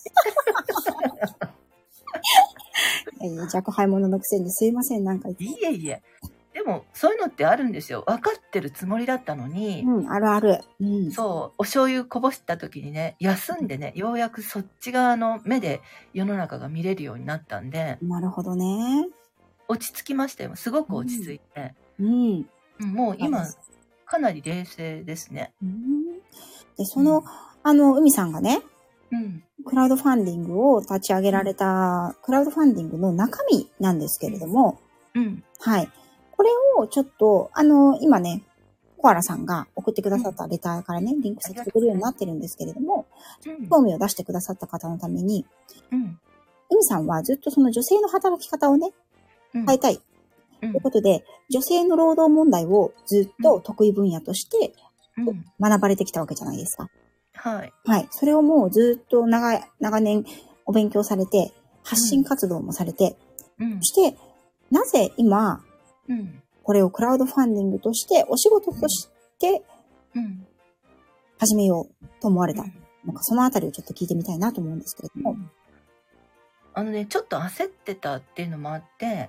若輩者のくせにすいません、なんか。 いえ。でも、そういうのってあるんですよ。分かってるつもりだったのに。 あるある。 そう、お醤油こぼした時にね、休んでね、ようやくそっち側の目で世の中が見れるようになったんで。 なるほどね。 落ち着きましたよ。すごく落ち着いて。もう今、かなり冷静ですね。 で、海さんがね、クラウドファンディングを立ち上げられた、クラウドファンディングの中身なんですけれども、はい。これをちょっと、今ね、コアラさんが送ってくださったレターからね、リンクさせてくれるようになってるんですけれども、興味を出してくださった方のために、海さんはずっとその女性の働き方をね、変えたい。ということで、女性の労働問題をずっと得意分野として学ばれてきたわけじゃないですか。 はい。 はい。それをもうずっと長年お勉強されて、発信活動もされて、そして、なぜ今、これをクラウドファンディングとして、お仕事として、始めようと思われた。なんかそのあたりをちょっと聞いてみたいなと思うんですけれども。 ちょっと焦ってたっていうのもあって、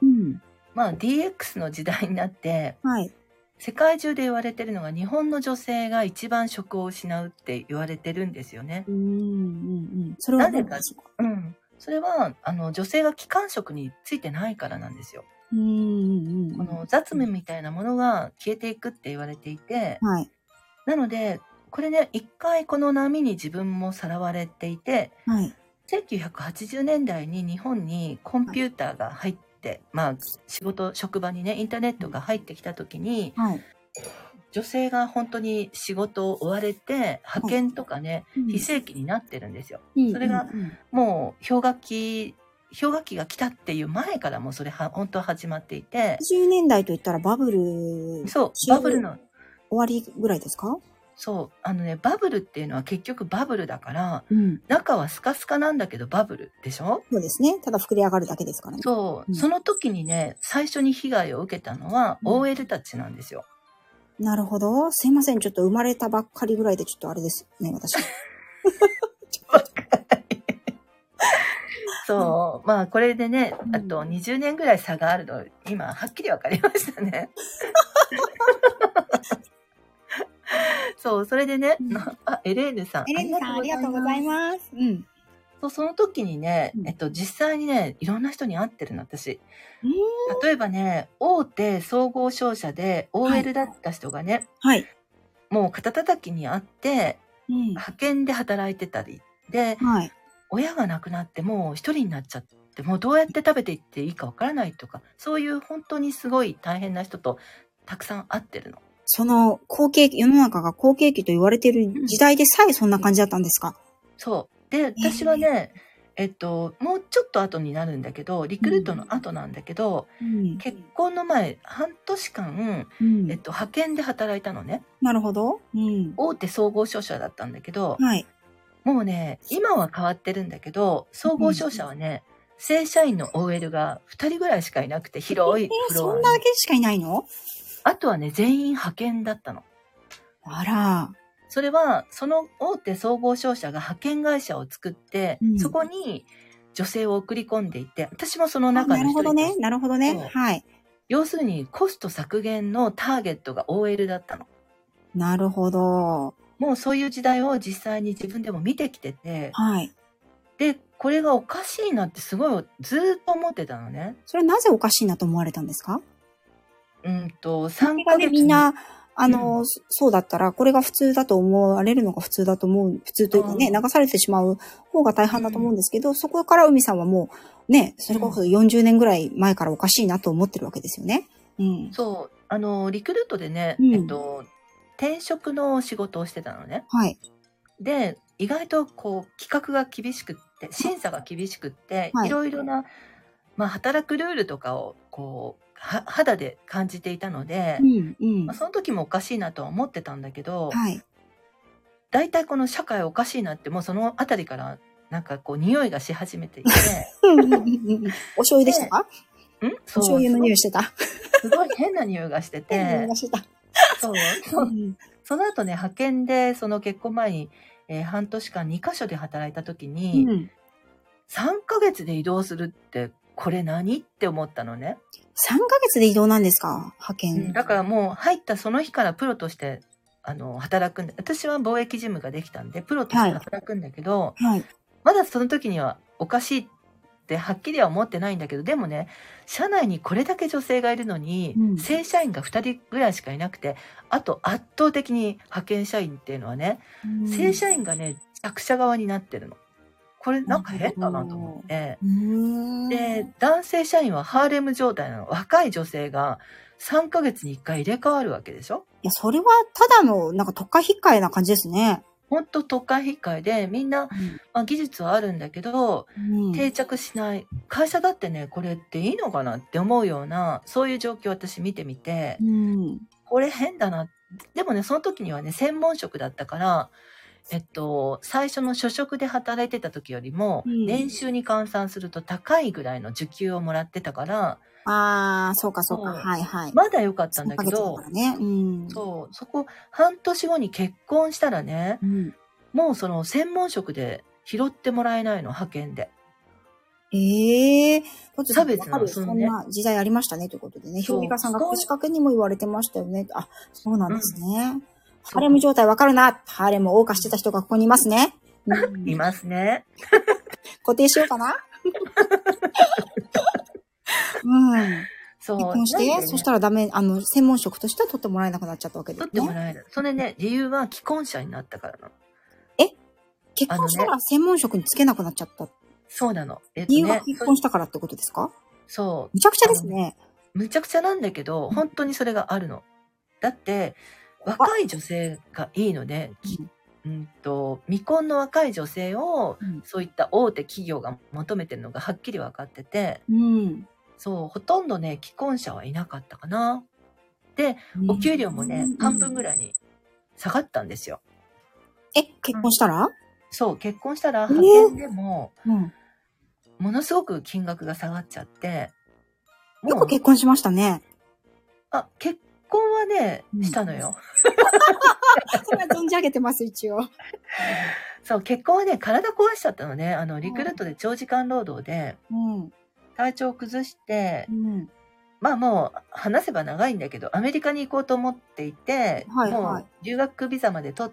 まあ DX の時代になって、世界中で言われてるのが日本の女性が一番職を失うって言われてるんですよね。 それは何でしょうか？ それは女性が機関職についてないからなんですよ。この雑務みたいなものが消えていくって言われていて、なのでこれね、一回この波に自分もさらわれていて、1980年代に日本にコンピューターが入って、まあ職場にね、インターネットが入ってきた時に、女性が本当に仕事を追われて、派遣とかね、非正規になってるんですよ。それがもう氷河期が来たっていう前からもうそれ本当は始まっていて。 80年代といったらバブル。 そう、バブルの。 終わりぐらいですか？ そう。バブルっていうのは結局バブルだから、中はスカスカなんだけどバブルでしょ？ そうですね。ただ膨れ上がるだけですからね。 そう。その時にね、最初に被害を受けたのは OL たちなんですよ。 なるほど。すいません。ちょっと生まれたばっかりぐらいでちょっとあれですね、私。 そう。まあ、これでね、あと20年ぐらい差があるの、今、はっきり分かりましたね。そう、それでね、エレーヌさん。 エレーヌさん、ありがとうございます。 その時にね、実際にね、いろんな人に会ってるの、私。例えばね、大手総合商社で OL だった人がね、もう肩叩きにあって、派遣で働いてたり、で、親が亡くなってもう一人になっちゃって、もうどうやって食べていっていいかわからないとか、そういう本当にすごい大変な人とたくさん会ってるの。 その好景気、世の中が好景気と言われている時代でさえそんな感じだったんですか？ そう。で、私はね、もうちょっと後になるんだけど、リクルートの後なんだけど、結婚の前、半年間、派遣で働いたのね。 なるほど。 大手総合商社だったんだけど、もうね、今は変わってるんだけど、総合商社はね、正社員の OL が2人ぐらいしかいなくて、広いフロア。 そんなだけしかいないの？ あとはね、全員派遣だったの。 あら。 それは、その大手総合商社が派遣会社を作って、そこに女性を送り込んでいて、私もその中の一人。 なるほどね。はい。 要するに、コスト削減のターゲットが OL だったの。 なるほど。 もうそういう時代を実際に自分でも見てきてて、で、これがおかしいなってすごいずーっと思ってたのね。 それなぜおかしいなと思われたんですか ？3ヶ月みんな、そうだったら、これが普通だと思われるのが普通だと思う、普通というかね、流されてしまう方が大半だと思うんですけど、そこから海さんはもう、ね、それこそ40年ぐらい前からおかしいなと思ってるわけですよね。 そう、リクルートでね、転職の仕事をしてたのね。で、 意外とこう規格が厳しくって審査が厳しくって、 はいいろいろな、まあ、働くルールとかをこう肌で感じていたので、 うんうんまあ、その時もおかしいなとは思ってたんだけど、 はい。 大体この社会おかしいなってもうそのあたりからなんかこう匂いがし始めていてお醤油でしたか？おそう醤油の匂いしてた。 すごい変な匂いがして変な匂いてがしてた。 そううんその後ね派遣でその結婚前に、半年間2カ所で働いた時うに、 ん。 3ヶ月で移動するってこれ何って思ったのね、 3ヶ月で移動なんですか？派遣。 だからもう入ったその日からプロとして働くんで、私は貿易事務ができたんでプロとして働くんだけど、 はい。 まだその時にはおかしいってはっきりは思ってないんだけど、でもね社内にこれだけ女性がいるのに、 うん正社員が2人ぐらいしかいなくて、あと圧倒的に派遣社員っていうのはね、正社員がね弱者側になってるの。これなんか変だなと思って、で男性社員はハーレム状態なの。若い女性が3ヶ月に1回入れ替わるわけでしょ。 いや、それはただの、なんか特化引っかえな感じですね。 ほんと特化引っかえでみんな、まあ、技術はあるんだけどうん定着しない。会社だってねこれっていいのかなって思うようなそういう状況を私見てみて、 うんこれ変だな。でもねその時にはね専門職だったから最初の初職で働いてた時よりも、 うん年収に換算すると高いぐらいの受給をもらってたから、 ああ、そうかそうか。 そうはいはい。 まだ良かったんだけ 3ヶ月だどからね。うん。 そこ半年後に結婚したらね、 うん。 もうその専門職で拾ってもらえないの、派遣で。 ええ差別なのわかるそのねそんな時代ありましたねということでね。ひそうろみかさんが腰掛けにも言われてましたよね。あ、そうなんですね。 そうハーレム状態わかるな。ハーレムを謳歌してた人がここにいますね。うんいますね。 固定しようかな。うん。 そう。 結婚して、 なんでねそしたらダメ、専門職としては取ってもらえなくなっちゃったわけですね。 取ってもらえる。それね、理由は既婚者になったからなの。 結婚したら専門職につけなくなっちゃった。 そうなの。 理由は結婚したからってことですか？ そう。 むちゃくちゃですね。 むちゃくちゃなんだけど、本当にそれがあるの。だって、若い女性がいいので、未婚の若い女性を、そういった大手企業が求めてるのがはっきり分かってて、 うん。 そう、ほとんどね、既婚者はいなかったかな。で、お給料もね、半分ぐらいに下がったんですよ。 結婚したら？ そう、結婚したら派遣でも、 うん。 ものすごく金額が下がっちゃって、 よく結婚しましたね。 結婚はね、したのよ。 それは存じ上げてます、一応。 そう、結婚はね、体壊しちゃったのね。リクルートで長時間労働で、 うん。 体調を崩して、 うん。 まあもう話せば長いんだけど、アメリカに行こうと思っていて、 はいはいもう留学ビザまで取って、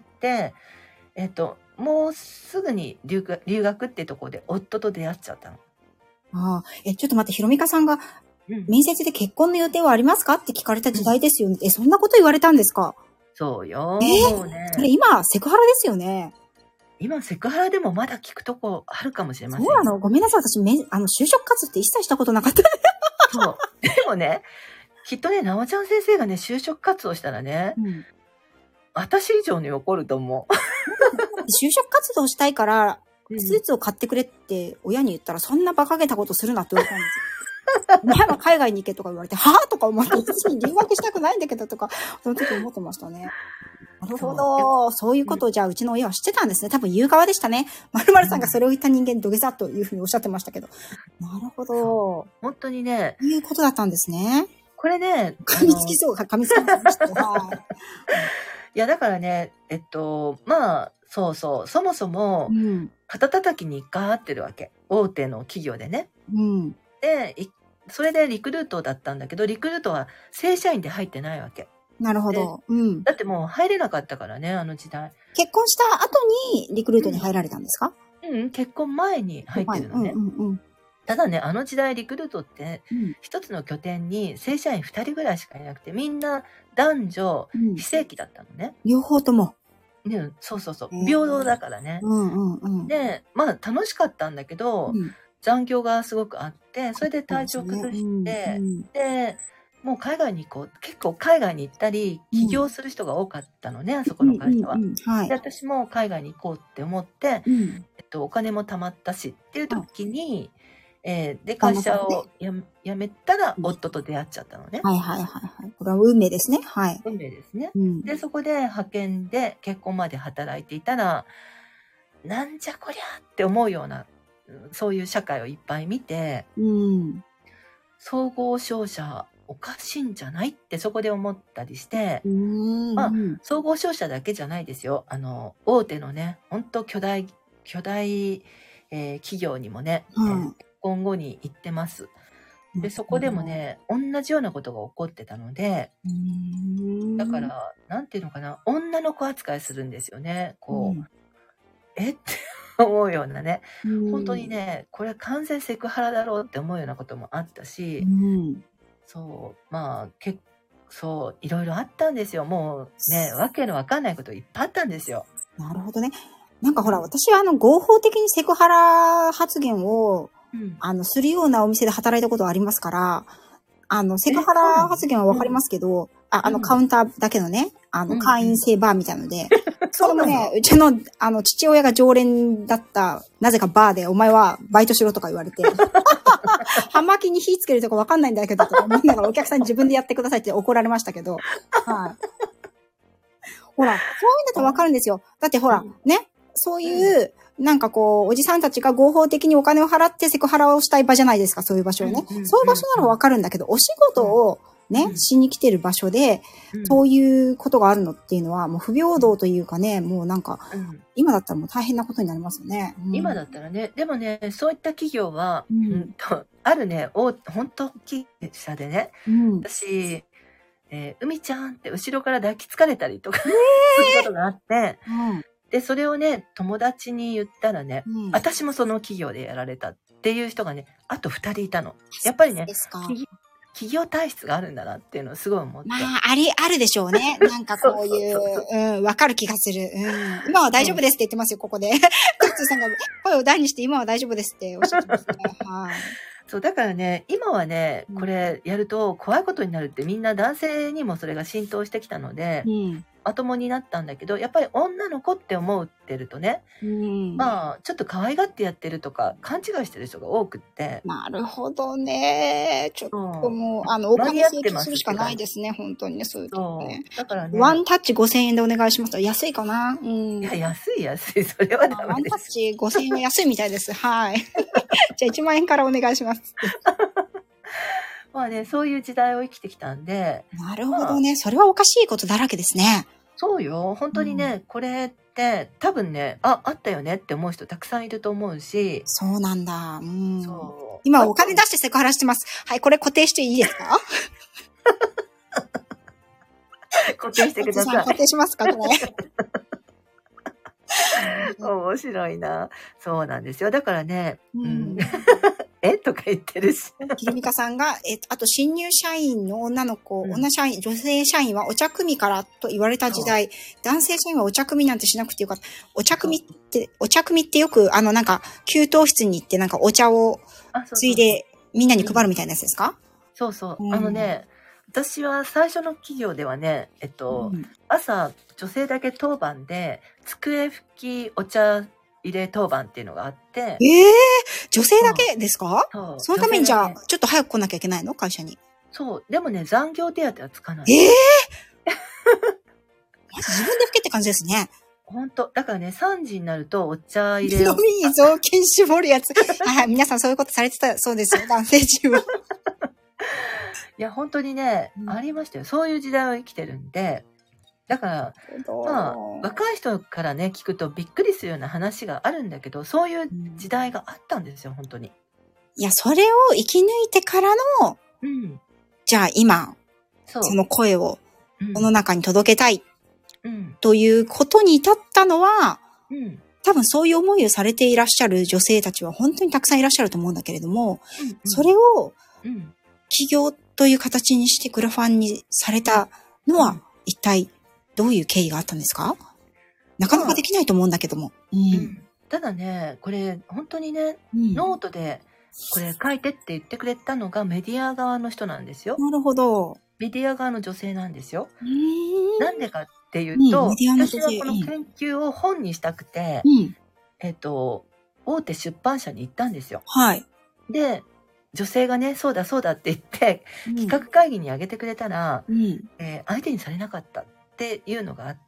もうすぐに留学っていうところで夫と出会っちゃったの。 ああ、ちょっと待って、ひろみかさんがうん、 面接で結婚の予定はありますかって聞かれた時代ですよね。そんなこと言われたんですか？ そうよ。もうねそれ今、セクハラですよね。 今、セクハラでもまだ聞くとこあるかもしれません。 そうなの？ごめんなさい。私、就職活動って一切したことなかった。 そう。でもね、きっとね、なおちゃん先生がね、就職活動したらね、私以上に怒ると思う。 就職活動したいから、スーツを買ってくれって親に言ったら、そんな馬鹿げたことするなって言われたんですよ。前は海外に行けとか言われて、はぁとか思って、私に留学したくないんだけどとか、その時思ってましたね。なるほど。そういうことをじゃあうちの親は知ってたんですね。多分言う側でしたね。〇〇さんがそれを言った人間土下座というふうにおっしゃってましたけど。なるほど。 本当にね。 そういうことだったんですね。 これね。 噛みつきそう、噛みつきました。はい。 いや、だからね、まあ、そう、そもそも、肩叩きにかかってるわけ。大手の企業でね。で、それでリクルートだったんだけど、リクルートは正社員で入ってないわけ。 なるほど。 だってもう入れなかったからね、あの時代。 結婚した後にリクルートに入られたんですか？ 結婚前に入ってるのね。ただね、あの時代リクルートって、一つの拠点に正社員2人ぐらいしかいなくて、みんな男女、非正規だったのね。 両方とも。 そう。平等だからね。で、まあ楽しかったんだけど、残業がすごくあって、それで体調崩して、で、 もう海外に行こう。結構海外に行ったり、起業する人が多かったのね、あそこの会社は。 はい。 で、私も海外に行こうって思って、お金も貯まったしっていう時に、で、会社を辞めたら夫と出会っちゃったのね。 はいはいはいはい。これは運命ですね。はい。 運命ですね。で、そこで派遣で結婚まで働いていたら、なんじゃこりゃって思うような、そういう社会をいっぱい見て、総合商社おかしいんじゃないってそこで思ったりして、まあ、総合商社だけじゃないですよ。大手のね、本当巨大、企業にもね、今後に行ってます。で、そこでもね、同じようなことが起こってたので、だから、なんていうのかな、女の子扱いするんですよね。こう、って思うようなね、本当にね、これ完全セクハラだろうって思うようなこともあったし、そう、まあ、そう、いろいろあったんですよ。もうね、わけのわかんないこといっぱいあったんですよ。 なるほどね。なんかほら、私は合法的にセクハラ発言を、するようなお店で働いたことはありますから、セクハラ発言はわかりますけど、カウンターだけのね、会員制バーみたいので、それもね、うちの、父親が常連だった、なぜかバーで、お前はバイトしろとか言われて、葉巻に火つけるとかわかんないんだけど、とか思いながらお客さんに自分でやってくださいって怒られましたけど、はい。ほら、そういうのとわかるんですよ。だってほら、ね、そういう、なんかこう、おじさんたちが合法的にお金を払ってセクハラをしたい場じゃないですか、そういう場所をね。そういう場所ならわかるんだけど、お仕事をね、しに来てる場所で、そういうことがあるのっていうのは、もう不平等というかね、もうなんか、今だったらもう大変なことになりますよね。 今だったらね、でもね、そういった企業は、あるね、本当大きい社でね、私、海ちゃんって後ろから抱きつかれたりとか、することがあって、で、それをね、友達に言ったらね、私もその企業でやられたっていう人がね、あと2人いたの。やっぱりね、企業体質があるんだなっていうのをすごい思って。 まあ、あるでしょうね。なんかこういう、わかる気がする。今は大丈夫ですって言ってますよ、ここで。トッツーさんが声を大にして今は大丈夫ですっておっしゃってますね。はい。 そう、だからね、今はね、これやると怖いことになるってみんな男性にもそれが浸透してきたので、まともになったんだけど、やっぱり女の子って思ってるとね、まあ、ちょっと可愛がってやってるとか、勘違いしてる人が多くって。 なるほどね。ちょっともう、お金請求するしかないですね、本当にね、そういうとね。 だからね。 ワンタッチ5000円でお願いします。安いかな？ いや、安い。それはダメです。 ワンタッチ5000円は安いみたいです。はい。じゃあ1万円からお願いします。 まあね、そういう時代を生きてきたんで。 なるほどね。それはおかしいことだらけですね。 そうよ。本当にね、これって多分ね、あったよねって思う人たくさんいると思うし。 そうなんだ。そう。今お金出してセクハラしてます。はい、これ固定していいですか？ 固定してください。 固定しますか、これ。 面白いな。そうなんですよ。だからね、とか言ってるし。 ひろみかさんが、あと新入社員の女の子、女性社員はお茶組からと言われた時代、男性社員はお茶組なんてしなくてよかった。お茶組ってよく、なんか、給湯室に行ってなんかお茶をついでみんなに配るみたいなやつですか？ そうそう。私は最初の企業ではね、朝女性だけ当番で、机拭きお茶入れ当番っていうのがあって。 女性だけですか？そのためにじゃあ、ちょっと早く来なきゃいけないの？会社に。 そう。でもね、残業手当はつかない。 自分で拭けって感じですね。 本当だからね、3時になるとお茶入れを。 飲みに雑巾絞るやつ。はい、皆さんそういうことされてたそうですよ、男性チーム。 いや、本当にね、ありましたよ。そういう時代を生きてるんで。だから、まあ、若い人からね、聞くとびっくりするような話があるんだけど、そういう時代があったんですよ、本当に。 いや、それを生き抜いてからの、じゃあ今、その声を世の中に届けたい、ということに至ったのは、多分そういう思いをされていらっしゃる女性たちは本当にたくさんいらっしゃると思うんだけれども、それを起業という形にしてクラファンにされたのは一体どういう経緯があったんですか？なかなかできないと思うんだけども。 ただね、これ本当にね、ノートでこれ書いてって言ってくれたのがメディア側の人なんですよ。 なるほど。 メディア側の女性なんですよ。なんでかっていうと、 メディアの女性私はこの研究を本にしたくて、大手出版社に行ったんですよ。 はい。 で、女性がね、そうだそうだって言って、企画会議に挙げてくれたら、相手にされなかったっていうのがあって。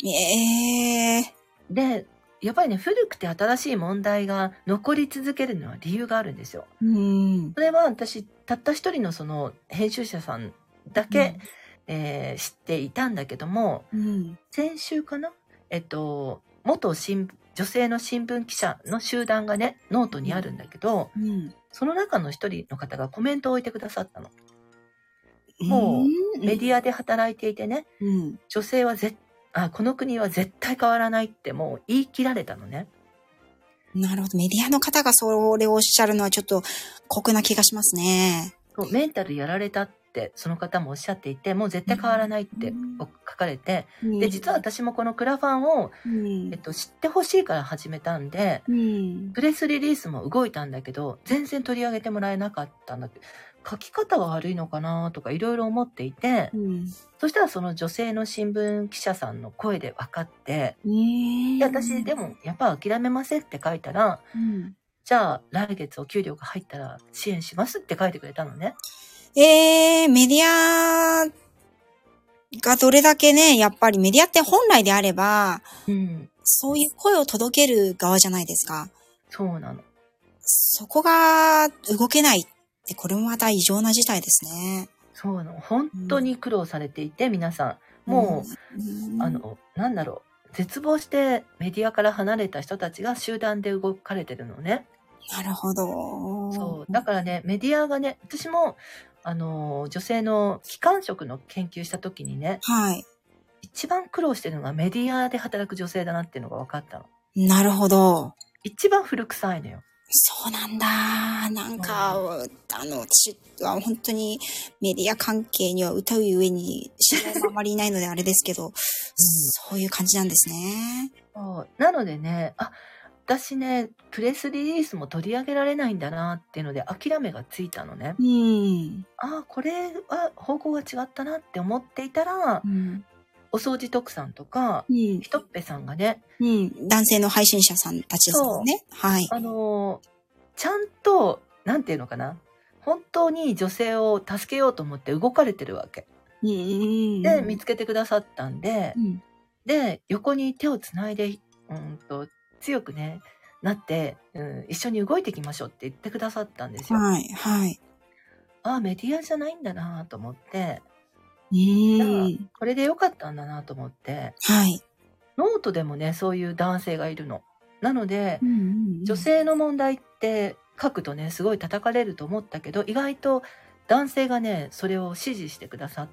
で、やっぱりね、古くて新しい問題が残り続けるのは理由があるんですよ。それは私、たった一人のその編集者さんだけ、知っていたんだけども、先週かな元女性の新聞記者の集団がね、ノートにあるんだけど、その中の一人の方がコメントを置いてくださったの。もうメディアで働いていてね、女性はこの国は絶対変わらないってもう言い切られたのね。 なるほど。メディアの方がそれをおっしゃるのはちょっと酷な気がしますね。 メンタルやられたってその方もおっしゃっていて、もう絶対変わらないって書かれて、で、実は私もこのクラファンを、知ってほしいから始めたんで、プレスリリースも動いたんだけど、全然取り上げてもらえなかったんだけど、書き方が悪いのかなとかいろいろ思っていて、そしたらその女性の新聞記者さんの声で分かって、で、私でもやっぱ諦めませんって書いたら、じゃあ来月お給料が入ったら支援しますって書いてくれたのね。 メディアがどれだけね、やっぱりメディアって本来であれば、そういう声を届ける側じゃないですか。 そうなの。 そこが動けないってこれもまた異常な事態ですね。 そうなの。本当に苦労されていて、皆さん。もう、なんだろう。絶望してメディアから離れた人たちが集団で動かれてるのね。 なるほど。 そう。だからね、メディアがね、私も、女性の機関職の研究した時にね、一番苦労してるのがメディアで働く女性だなっていうのが分かったの。 なるほど。 一番古臭いのよ。 そうなんだ。なんか、私は本当にメディア関係には歌う上に知り合いもあまりいないのであれですけど、そういう感じなんですね。 なのでね、私ね、プレスリリースも取り上げられないんだなっていうので諦めがついたのね。これは方向が違ったなって思っていたら、お掃除特産とか、ひとっぺさんがね、 男性の配信者さんたちですもんね。はい。 ちゃんと、なんていうのかな、本当に女性を助けようと思って動かれてるわけ。で、見つけてくださったんで、で、横に手をつないで、強くね、なって、一緒に動いていきましょうって言ってくださったんですよ。 はい、はい。 メディアじゃないんだなと思って、これでよかったんだなと思って、ノートでもね、そういう男性がいるの。なので、女性の問題って書くとね、すごい叩かれると思ったけど、意外と男性がね、それを支持してくださって、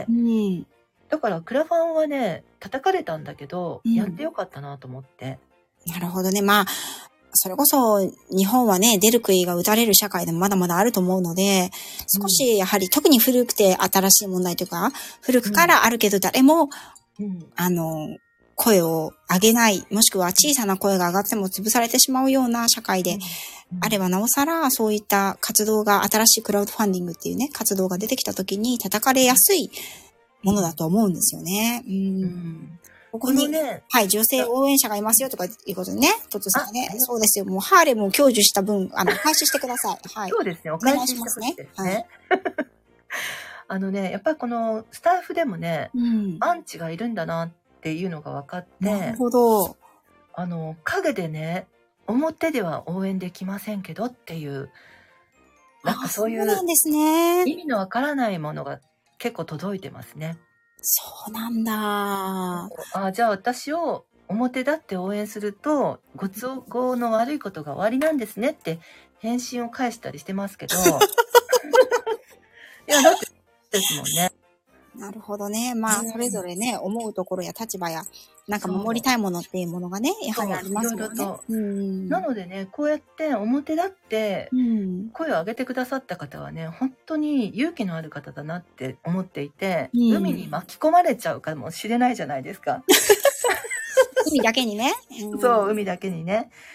だからクラファンはね、叩かれたんだけど、やってよかったなと思って。 なるほどね。まあ、それこそ日本はね、出る杭が打たれる社会でもまだまだあると思うので、少しやはり特に古くて新しい問題というか、古くからあるけど誰も、声を上げない、もしくは小さな声が上がっても潰されてしまうような社会であればなおさら、そういった活動が、新しいクラウドファンディングっていうね、活動が出てきた時に叩かれやすいものだと思うんですよね。ここに、ね、女性応援者がいますよとかいうことでね、トツさんね、そうですよ。もうハーレムを享受した分、回収してください。 そうですね、お返ししますね。やっぱりこのスタッフでもね、アンチがいるんだなっていうのが分かって、 なるほど。 陰でね、表では応援できませんけどっていう、なんかそういうなんですね。 意味のわからないものが結構届いてますね。 そうなんだ。 じゃあ私を表立って応援すると、ご都合の悪いことが終わりなんですねって返信を返したりしてますけど。いや、だってですもんね。 なるほどね。まあ、それぞれね、思うところや立場や、なんか守りたいものっていうものがね、やはりありますよね。 なのでね、こうやって表立って声を上げてくださった方はね、本当に勇気のある方だなって思っていて、海に巻き込まれちゃうかもしれないじゃないですか。 海だけにね。 そう、海だけにね。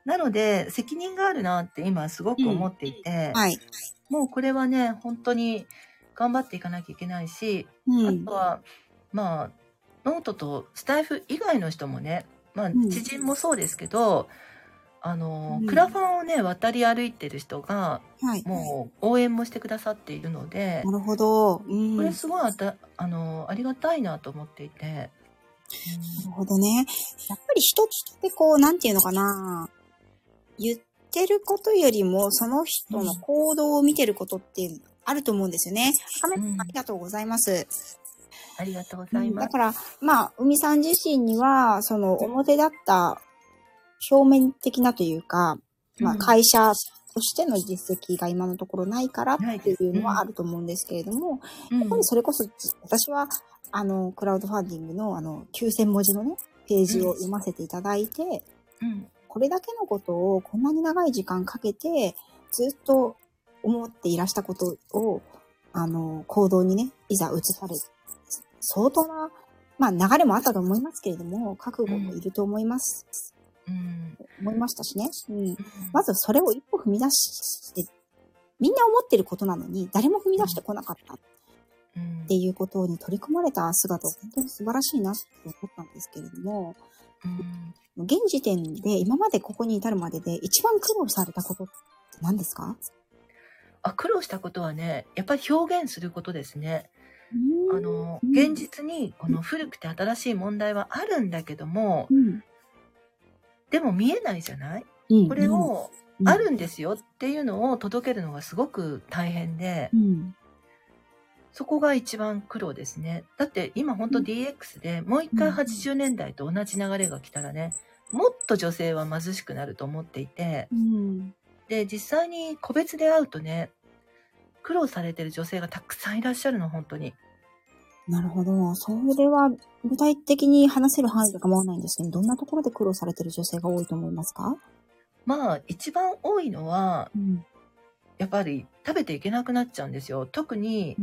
なので、責任があるなって今すごく思っていて、 はい。 もうこれはね、本当に頑張っていかなきゃいけないし、あとは、まあ、ノートとスタイフ以外の人もね、まあ、知人もそうですけど、クラファンをね、渡り歩いてる人が、もう応援もしてくださっているので、 なるほど。 これすごいありがたいなと思っていて。 なるほどね。やっぱり人ってこう、なんていうのかな。言ってることよりも、その人の行動を見てることってあると思うんですよね。ありがとうございます。 ありがとうございます。 だから、まあ、海さん自身には、その表立った表面的なというか、まあ、会社としての実績が今のところないからっていうのはあると思うんですけれども、やっぱりそれこそ、私は、クラウドファンディングの9000文字のね、ページを読ませていただいて、これだけのことをこんなに長い時間かけて、ずっと思っていらしたことを、行動にね、いざ移され、相当な、まあ流れもあったと思いますけれども、覚悟もいると思います。思いましたしね。まずそれを一歩踏み出して、みんな思ってることなのに、誰も踏み出してこなかったっていうことに取り組まれた姿は本当に素晴らしいなって思ったんですけれども、現時点で今までここに至るまでで一番苦労されたことって何ですか？ 苦労したことはね、やっぱり表現することですね。現実にこの古くて新しい問題はあるんだけども、でも見えないじゃない？これをあるんですよっていうのを届けるのがすごく大変で、そこが一番苦労ですね。だって今本当 DX でもう一回80年代と同じ流れが来たらね、もっと女性は貧しくなると思っていて、で、実際に個別で会うとね、苦労されてる女性がたくさんいらっしゃるの、本当に。 なるほど。それは具体的に話せる範囲で構わないんですけど、どんなところで苦労されてる女性が多いと思いますか？ まあ、一番多いのは、やっぱり食べていけなくなっちゃうんですよ。特に、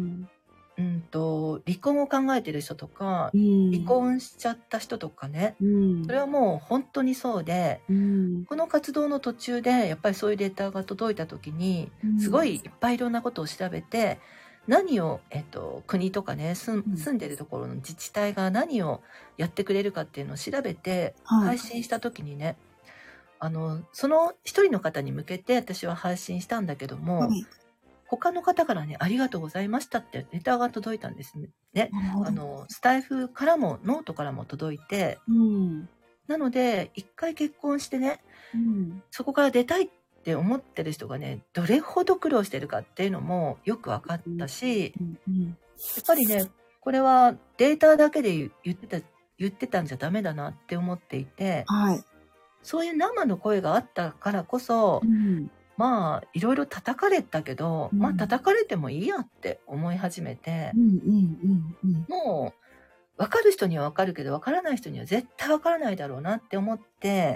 離婚を考えてる人とか、離婚しちゃった人とかね、それはもう本当にそうで、この活動の途中でやっぱりそういうレターが届いた時に、すごいいっぱいいろんなことを調べて、何を、国とかね、住んでるところの自治体が何をやってくれるかっていうのを調べて配信した時にね、その一人の方に向けて私は配信したんだけども、他の方からね、ありがとうございましたってレターが届いたんですね。スタイフからもノートからも届いて、なので一回結婚してね、そこから出たいって思ってる人がね、どれほど苦労してるかっていうのもよく分かったし、やっぱりね、これはデータだけで言ってたんじゃダメだなって思っていて、そういう生の声があったからこそ、まあいろいろ叩かれたけど、まあ叩かれてもいいやって思い始めて、もう分かる人には分かるけど分からない人には絶対分からないだろうなって思って、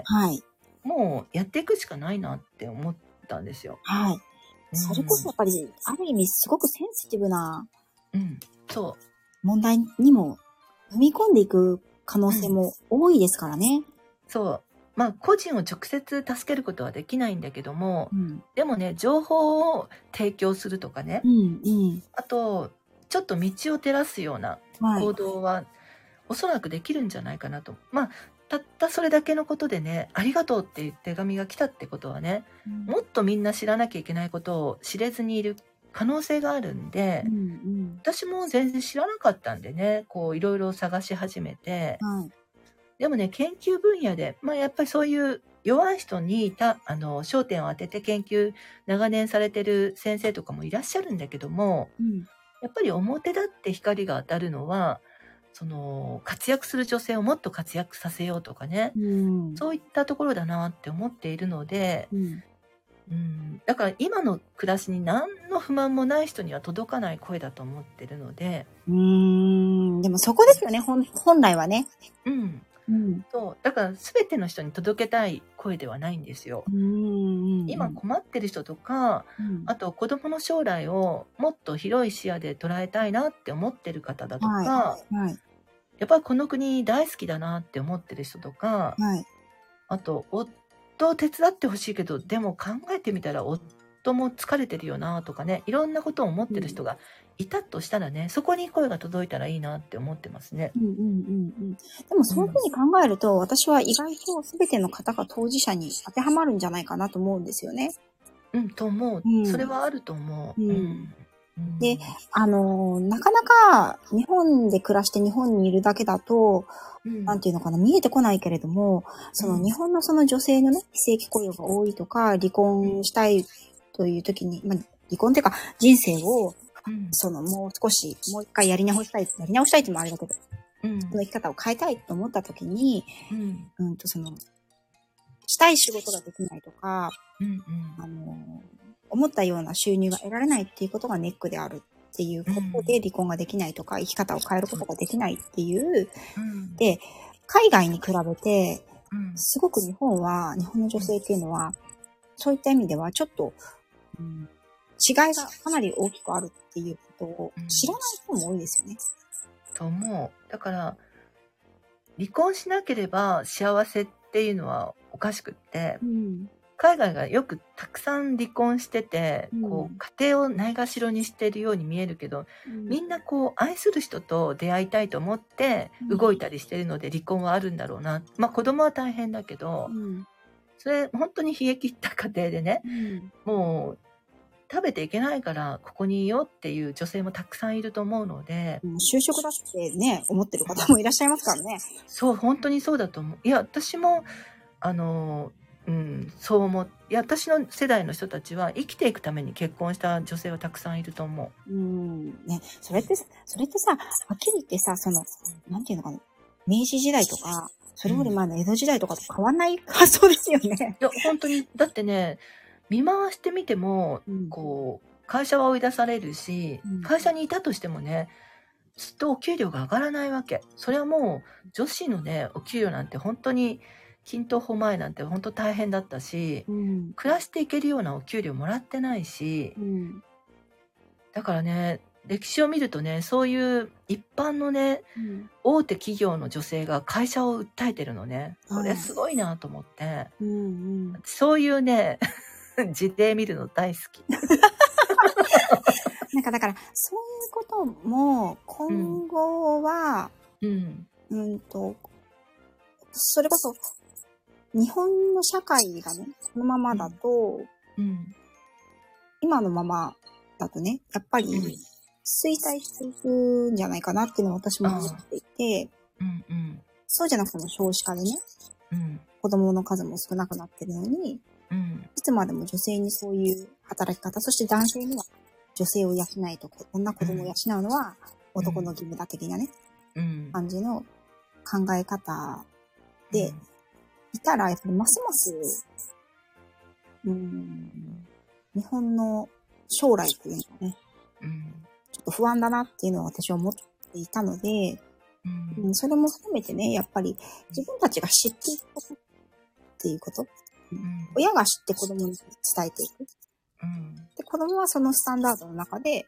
もうやっていくしかないなって思ったんですよ。 それこそやっぱりある意味すごくセンシティブな問題にも踏み込んでいく可能性も多いですからね。 そう。まあ個人を直接助けることはできないんだけども、でもね、情報を提供するとかね、あとちょっと道を照らすような行動はおそらくできるんじゃないかなと。まあたったそれだけのことでね、ありがとうっていう手紙が来たってことはね、もっとみんな知らなきゃいけないことを知れずにいる可能性があるんで、私も全然知らなかったんでね、こういろいろ探し始めて、でもね、研究分野で、まあやっぱりそういう弱い人に焦点を当てて研究長年されてる先生とかもいらっしゃるんだけども、やっぱり表立って光が当たるのは、その活躍する女性をもっと活躍させようとかね、そういったところだなって思っているので、だから今の暮らしに何の不満もない人には届かない声だと思ってるので、 でもそこですよね、本来はね。 そうだから全ての人に届けたい声ではないんですよ。今困ってる人とか、あと子供の将来をもっと広い視野で捉えたいなって思ってる方だとか、やっぱりこの国大好きだなって思ってる人とか、あと夫を手伝ってほしいけど、でも考えてみたら夫も疲れてるよなとかね、いろんなことを思ってる人がいたとしたらね、そこに声が届いたらいいなって思ってますね。 でもそういうふうに考えると、私は意外と全ての方が当事者に当てはまるんじゃないかなと思うんですよね。 と思う。それはあると思う。 で、なかなか日本で暮らして日本にいるだけだと、なんていうのかな、見えてこないけれども、その日本のその女性のね、非正規雇用が多いとか、離婚したいという時に、離婚っていうか人生を、もう少し、もう一回やり直したいっていうのもあれだけど、その生き方を変えたいと思った時に、したい仕事ができないとか、思ったような収入が得られないっていうことがネックであるっていうことで離婚ができないとか、生き方を変えることができないっていう、で、海外に比べて、すごく日本の女性っていうのは、そういった意味ではちょっと、違いがかなり大きくあるっていうことを知らない人も多いですよね。 と思う。だから、離婚しなければ幸せっていうのはおかしくって、海外がよくたくさん離婚してて、こう家庭をないがしろにしているように見えるけど、みんなこう愛する人と出会いたいと思って動いたりしてるので離婚はあるんだろうな。子供は大変だけど、それ本当に冷え切った家庭でね、もう食べていけないからここにいようっていう女性もたくさんいると思うので、 就職だってね、思ってる方もいらっしゃいますからね。 そう、本当にそうだと思う。いや、私もそう思う。いや、私の世代の人たちは生きていくために結婚した女性はたくさんいると思う。 ね、それってさ、はっきり言ってさ、なんていうのかな、明治時代とか、それより前の江戸時代とかと変わんない発想ですよね。 いや、本当に、だってね、見回してみても、こう、会社は追い出されるし、会社にいたとしてもね、ずっとお給料が上がらないわけ。それはもう、女子のね、お給料なんて本当に、均等法前なんて本当大変だったし、暮らしていけるようなお給料もらってないし、だからね、歴史を見るとね、そういう一般のね、大手企業の女性が会社を訴えてるのね。これすごいなと思って、そういうね、事例見るの大好き。 だから、そういうことも、今後は、それこそ、日本の社会がね、このままだと、今のままだとね、やっぱり衰退していくんじゃないかなっていうのを私も思っていて、そうじゃなくても少子化でね、子供の数も少なくなってるのに、いつまでも女性にそういう働き方、そして男性には女性を養いとか、女子供を養うのは男の義務だ的なね、感じの考え方で、いたら、やっぱりますます、日本の将来っていうのはね、ちょっと不安だなっていうのを私は思っていたので、それも含めてね、やっぱり自分たちが知っていくことっていうこと、親が知って子供に伝えていく。で、子供はそのスタンダードの中で、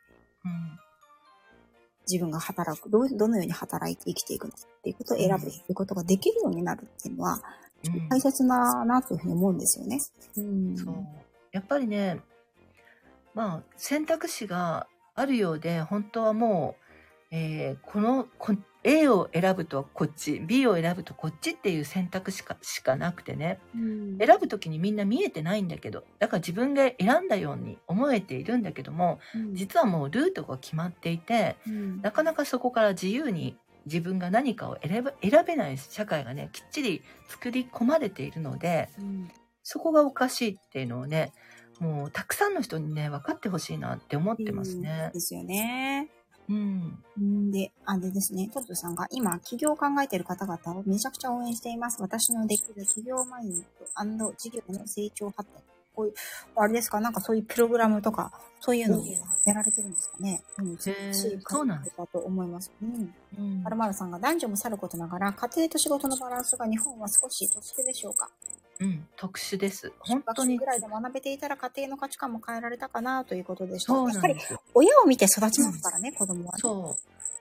自分が働く、どのように働いて生きていくのっていうことを選ぶっていうことができるようになるっていうのは、大切だなというふうに思うんですよね。 そう。やっぱりね、選択肢があるようで、本当はもう、A を選ぶとこっち、B を選ぶとこっちっていう選択しかなくてね、選ぶときにみんな見えてないんだけど、だから自分が選んだように思えているんだけども、実はもうルートが決まっていて、なかなかそこから自由に自分が何かを選べない社会がね、きっちり作り込まれているので、そこがおかしいっていうのをね、もうたくさんの人にね、分かってほしいなって思ってますね。 ですよね。で、ですね、トットさんが今、起業を考えている方々をめちゃくちゃ応援しています。私のできる起業マインド&事業の成長発展。こういう、あれですか、なんかそういうプログラムとか、そういうのをやられてるんですかね。 そうなんだと思います。まるまるさんが男女もさることながら、家庭と仕事のバランスが日本は少し特殊でしょうか。 特殊です。本当に。 学生ぐらいで学べていたら家庭の価値観も変えられたかなということでした。やっぱり親を見て育ちますからね、子供は、ね。 そう。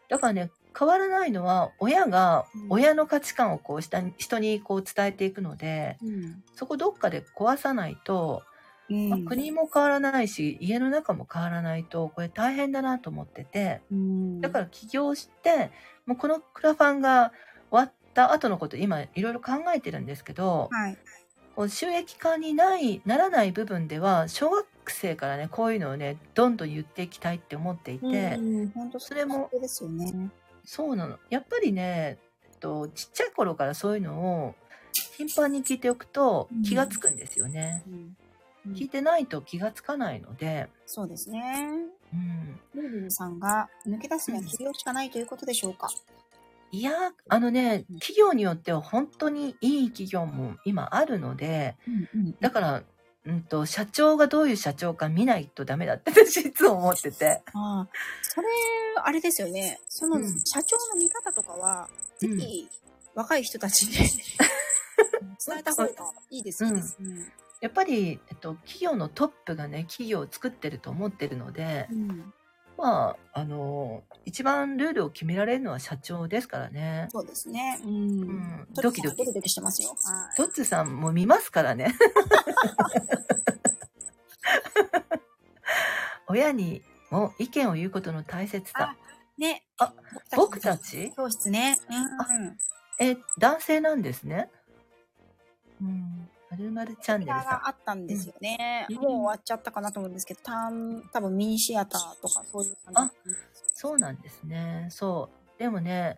だからね、変わらないのは親がうん親の価値観をこう人にこう伝えていくので、 うんそこどっかで壊さないと、まあ、国も変わらないし家の中も変わらないとこれ大変だなと思ってて、だから起業してもうこのクラファンが終わった後のこと今いろいろ考えてるんですけど、 はい。 こう収益化にならない部分では小学生からねこういうのをねどんどん言っていきたいって思っていて、 本当それもそうですよね。 そうなの。やっぱりね、ちっちゃい頃からそういうのを頻繁に聞いておくと気がつくんですよね。聞いてないと気がつかないので、 そうですね。 うん、 ルールルさんが抜け出すには起業しかないということでしょうか。 いや、企業によっては本当にいい企業も今あるので、だから、社長がどういう社長か見ないとダメだって私いつも思ってて。 ああ、それ、あれですよね。その、 うん社長の見方とかは、ぜひ、若い人たちに伝えた方がいいです、いいです。 やっぱり、企業のトップがね、企業を作ってると思ってるので、まあ、一番ルールを決められるのは社長ですからね。 そうですね。 ドキドキ。 ドキドキしてますよ。 トッツーさんも見ますからね。親にも意見を言うことの大切さ。 ね。 僕たち教室ね。 男性なんですね。〇〇チャンネルさん。 があったんですよね。もう終わっちゃったかなと思うんですけど、多分ミニシアターとかそういう感じ。 そうなんですね。そう。でもね、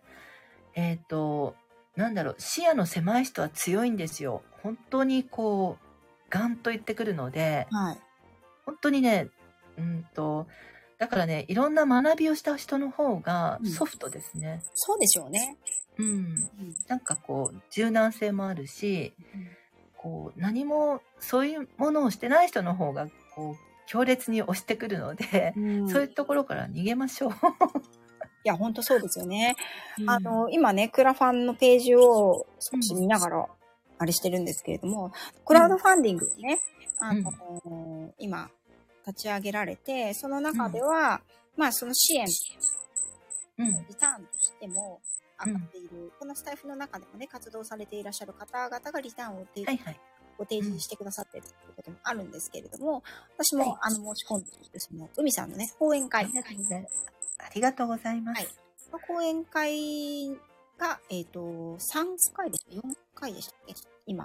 なんだろう、視野の狭い人は強いんですよ。本当にこう、ガンと言ってくるので、本当にね、だからね、いろんな学びをした人の方がソフトですね。 そうでしょうね。 なんかこう、柔軟性もあるし、こう、何もそういうものをしてない人の方が、こう、強烈に押してくるので、そういうところから逃げましょう。いや、本当そうですよね。今ね、クラファンのページを少し見ながら、あれしてるんですけれども、クラウドファンディングね、今、立ち上げられて、その中では、まあ、その支援、リターンとしても上がっている、このスタイフの中でもね、活動されていらっしゃる方々がリターンをご提示してくださっているということもあるんですけれども、私も申し込んでいる、その、海さんのね、講演会。 ありがとうございます。 その講演会が、3回でした。4回でしたっけ今。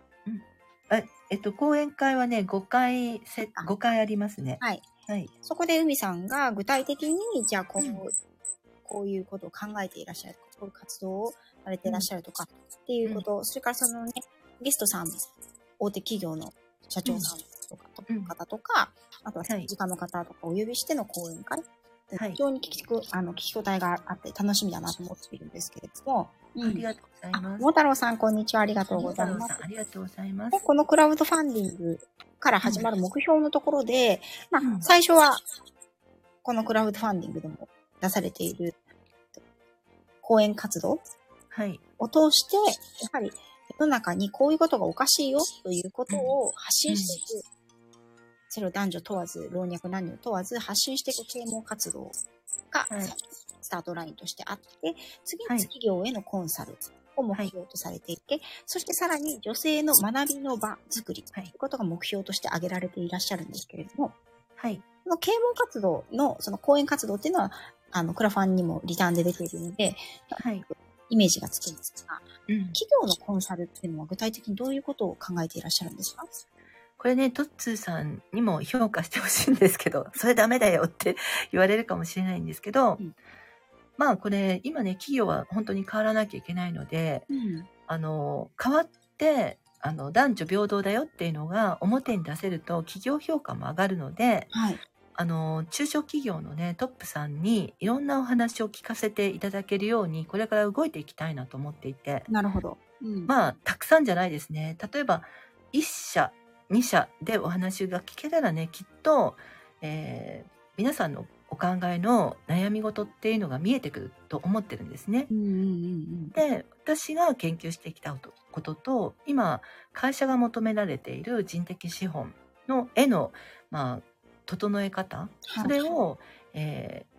講演会はね、5回ありますね。 そこで海さんが具体的に、じゃあこういうことを考えていらっしゃるとか、こういう活動をされていらっしゃるとかっていうこと、それからそのね、ゲストさん、大手企業の社長さんとか、トップの方とか、あとは政治家の方とかお呼びしての講演会、非常に聞き応えがあって楽しみだなと思っているんですけれども、 ありがとうございます。 桃太郎さん、こんにちは。ありがとうございます。 ありがとうございます。 このクラウドファンディングから始まる目標のところで、最初は、このクラウドファンディングでも出されている講演活動を通して、やはり世の中にこういうことがおかしいよということを発信していく。それを男女問わず、老若男女問わず発信していく啓蒙活動がスタートラインとしてあって、次に企業へのコンサルを目標とされていて、そしてさらに女性の学びの場作りということが目標として挙げられていらっしゃるんですけれども、その啓蒙活動のその講演活動っていうのは、クラファンにもリターンで出ているので、イメージがつくんですが、企業のコンサルっていうのは具体的にどういうことを考えていらっしゃるんですか？ これね、トッツーさんにも評価してほしいんですけど、それダメだよって言われるかもしれないんですけど、まあこれ今ね、企業は本当に変わらなきゃいけないので、変わって男女平等だよっていうのが表に出せると企業評価も上がるので、中小企業のねトップさんにいろんなお話を聞かせていただけるようにこれから動いていきたいなと思っていて、 なるほど。 まあたくさんじゃないですね。例えば1社2社でお話が聞けたらね、きっと、皆さんのお考えの悩み事っていうのが見えてくると思ってるんですね。で、私が研究してきたことと、今会社が求められている人的資本の整え方、それを、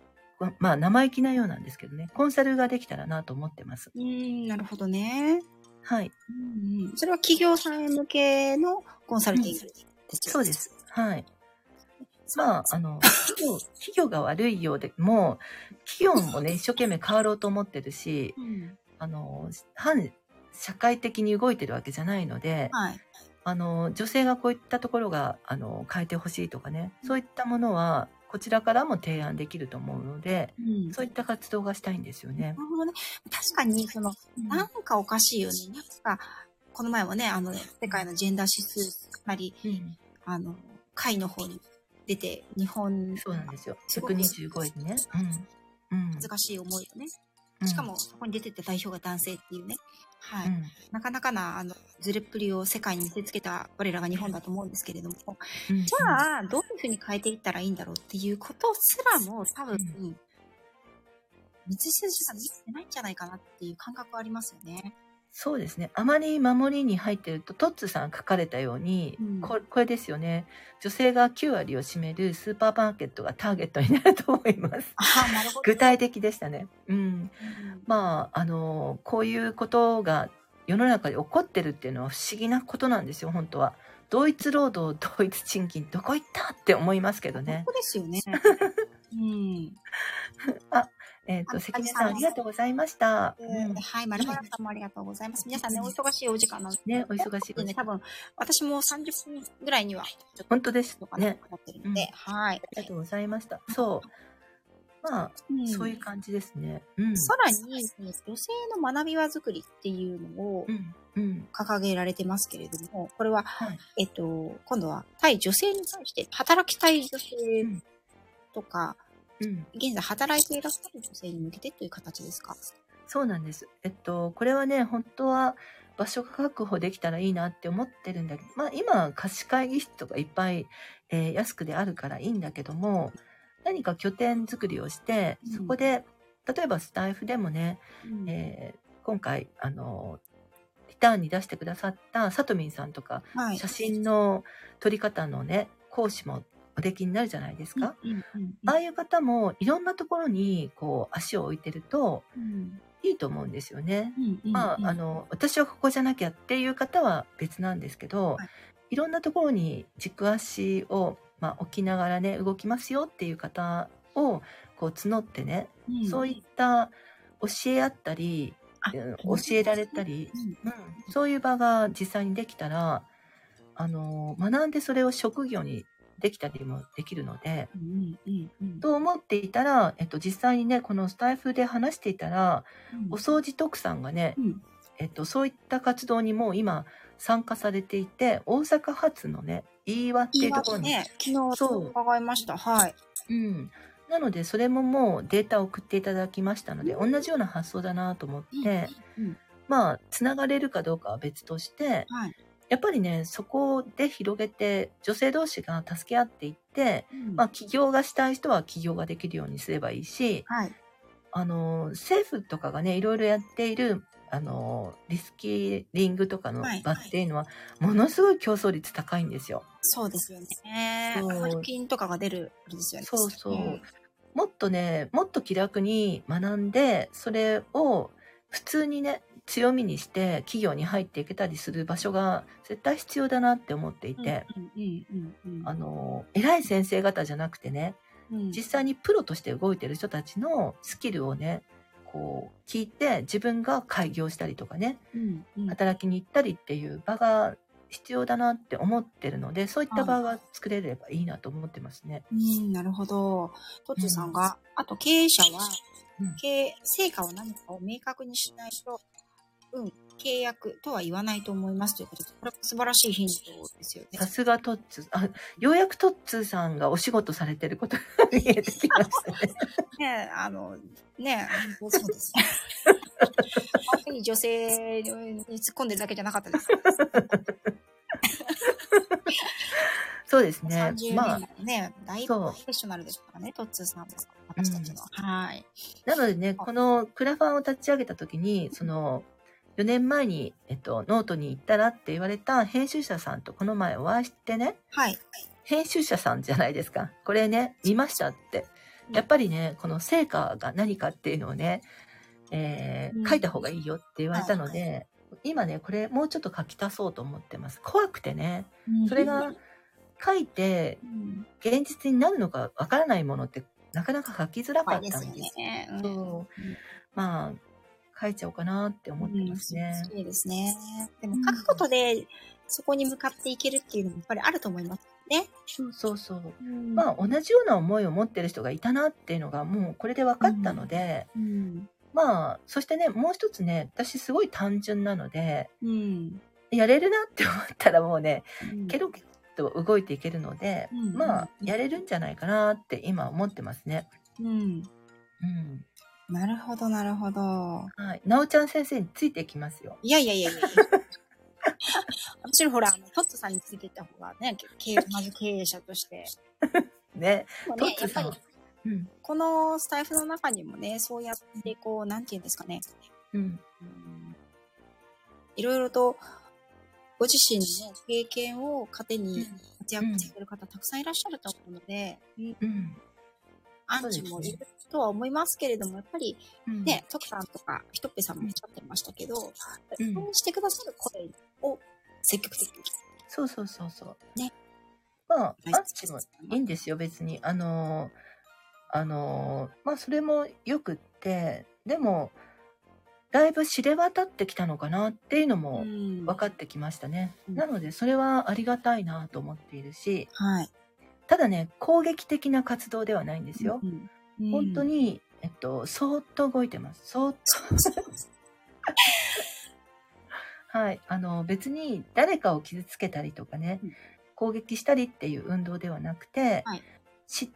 まあ生意気なようなんですけどね、コンサルができたらなと思ってます。 なるほどね。 はい。 それは企業さん向けのコンサルティングですよね。 そうです。はい。まあ、企業が悪いようでも、企業もね、一生懸命変わろうと思ってるし、反社会的に動いてるわけじゃないので、 はい。 女性がこういったところが、変えてほしいとかね、そういったものは、こちらからも提案できると思うので、そういった活動がしたいんですよね。 なるほどね。確かに、なんかおかしいよね。なんか、この前もね、世界のジェンダー指数、つまり、会の方に出て、日本、 そうなんですよ。125位にね。 難しい思いをね。しかも、そこに出てた代表が男性っていうね。はい。なかなかな、ずるっぷりを世界に見せつけた我らが日本だと思うんですけれども、じゃあ、どういうふうに変えていったらいいんだろうっていうことすらも、多分、道筋が見えてないんじゃないかなっていう感覚はありますよね。 そうですね。あまり守りに入ってると、トッツさん書かれたように、これですよね。女性が9割を占めるスーパーマーケットがターゲットになると思います。 なるほど。 具体的でしたね。まあ、こういうことが世の中で起こってるっていうのは不思議なことなんですよ、本当は。同一労働、同一賃金、どこ行ったって思いますけどね。 そうですよね。 関根さんありがとうございました。 はい、丸原さんもありがとうございます。皆さんね、お忙しいお時間なので。 ね、お忙しい。 多分、私も30分ぐらいには。 本当ですね。 はい。 ありがとうございました。そう。まあ、そういう感じですね。 さらに、女性の学び場作りっていうのを掲げられてますけれども、これは、今度は対女性に対して働きたい女性とか、現在働いていらっしゃる女性に向けてという形ですか？ そうなんです。これはね、本当は場所が確保できたらいいなって思ってるんだけど、まあ今、貸し会議室とかいっぱい、安くであるからいいんだけども、何か拠点作りをして、そこで、例えばスタイフでもね、今回、リターンに出してくださったさとみんさんとか、写真の撮り方のね、講師もおできになるじゃないですか。ああいう方もいろんなところにこう足を置いてるといいと思うんですよね。まあ、私はここじゃなきゃっていう方は別なんですけど、いろんなところに軸足を、置きながらね、動きますよっていう方をこう募ってね、そういった教え合ったり、教えられたり、そういう場が実際にできたら、学んでそれを職業にできたりもできるので、と思っていたら、実際にね、このスタイフで話していたら、お掃除特産がね、そういった活動にもう今参加されていて、大阪発のね、飯和っていうところに。 ね、昨日そう伺いました。はい。 なので、それももうデータを送っていただきましたので、同じような発想だなと思って、まあ、つながれるかどうかは別として、やっぱりね、そこで広げて、女性同士が助け合っていって、起業がしたい人は起業ができるようにすればいいし、政府とかがね、いろいろやっている、リスキリングとかの場っていうのは、ものすごい競争率高いんですよ。 そうですよね。補助金とかが出るんですよね。 そうそう。もっとね、もっと気楽に学んで、それを普通にね、強みにして企業に入っていけたりする場所が絶対必要だなって思っていて、偉い先生方じゃなくてね、実際にプロとして動いてる人たちのスキルをね、こう聞いて自分が開業したりとかね、働きに行ったりっていう場が必要だなって思ってるので、そういった場が作れればいいなと思ってますね。 なるほど。トッツーさんが、あと経営者は、成果は何かを明確にしないと、契約とは言わないと思いますということで、これは素晴らしいヒントですよね。 さすがトッツー。ようやくトッツーさんがお仕事されてることが見えてきましたね。 そうですね。本当に女性に突っ込んでるだけじゃなかったです。 そうですね。 30年ね、大プロフェッショナルですからね、トッツーさんも。私たちの。はい。 なのでね、このクラファンを立ち上げたときに、4年前に、ノートに行ったらって言われた編集者さんとこの前お会いしてね、編集者さんじゃないですか。これね、見ましたって。 やっぱりね、この成果が何かっていうのをね、書いた方がいいよって言われたので、今ね、これもうちょっと書き足そうと思ってます。怖くてね、それが書いて現実になるのかわからないものってなかなか書きづらかったんです。そう。まあ、書いちゃおうかなって思ってますね。 そうですね。でも書くことで、そこに向かっていけるっていうのもやっぱりあると思いますね。 そう。まあ、同じような思いを持ってる人がいたなっていうのがもうこれで分かったので、まあ、そしてね、もう一つね、私すごい単純なので、やれるなって思ったらもうね、ケロケロと動いていけるので、まあ、やれるんじゃないかなって今思ってますね。 なるほど、なるほど。 はい。なおちゃん先生についていきますよ。 いや。むしろほら、トッツさんについていった方がね、まず経営者として。 ね、トッツさん。 このスタイフの中にもね、そうやってこう、なんていうんですかね。いろいろと、ご自身の経験を糧に活躍している方たくさんいらっしゃると思うので、アンチもいるとは思いますけれども、やっぱりね、トクさんとかひとっぺさんもおっしゃってましたけど、応援してくださる声を積極的に。 そう。 ね。 まあ、アンチもいいんですよ、別に。まあ、それもよくって、でも、だいぶ知れ渡ってきたのかなっていうのも分かってきましたね。なので、それはありがたいなと思っているし、ただね、攻撃的な活動ではないんですよ。本当に、そーっと動いてます。そーっと。はい。別に誰かを傷つけたりとかね、攻撃したりっていう運動ではなくて、知って、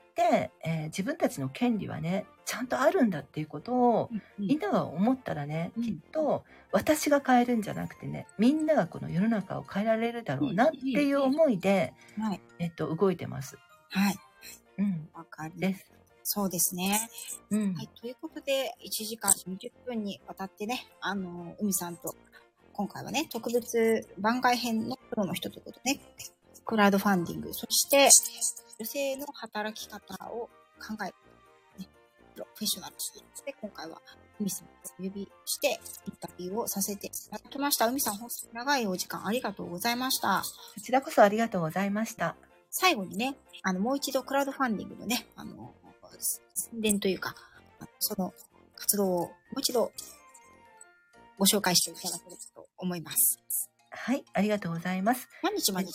自分たちの権利はね、ちゃんとあるんだっていうことを、みんなが思ったらね、きっと私が変えるんじゃなくてね、みんながこの世の中を変えられるだろうなっていう思いで、動いてます。 わかりです。 そうですね。はい。ということで、1時間20分にわたってね、海さんと、今回はね、特別番外編のプロの人ということでね、クラウドファンディング、そして、女性の働き方を考える、ね、プロフェッショナルで、今回は海さんをお呼びして、インタビューをさせていただきました。海さん、本当に長いお時間ありがとうございました。 こちらこそありがとうございました。 最後にね、もう一度クラウドファンディングのね、宣伝というか、その活動をもう一度ご紹介していただければと思います。 はい、ありがとうございます。 何日まで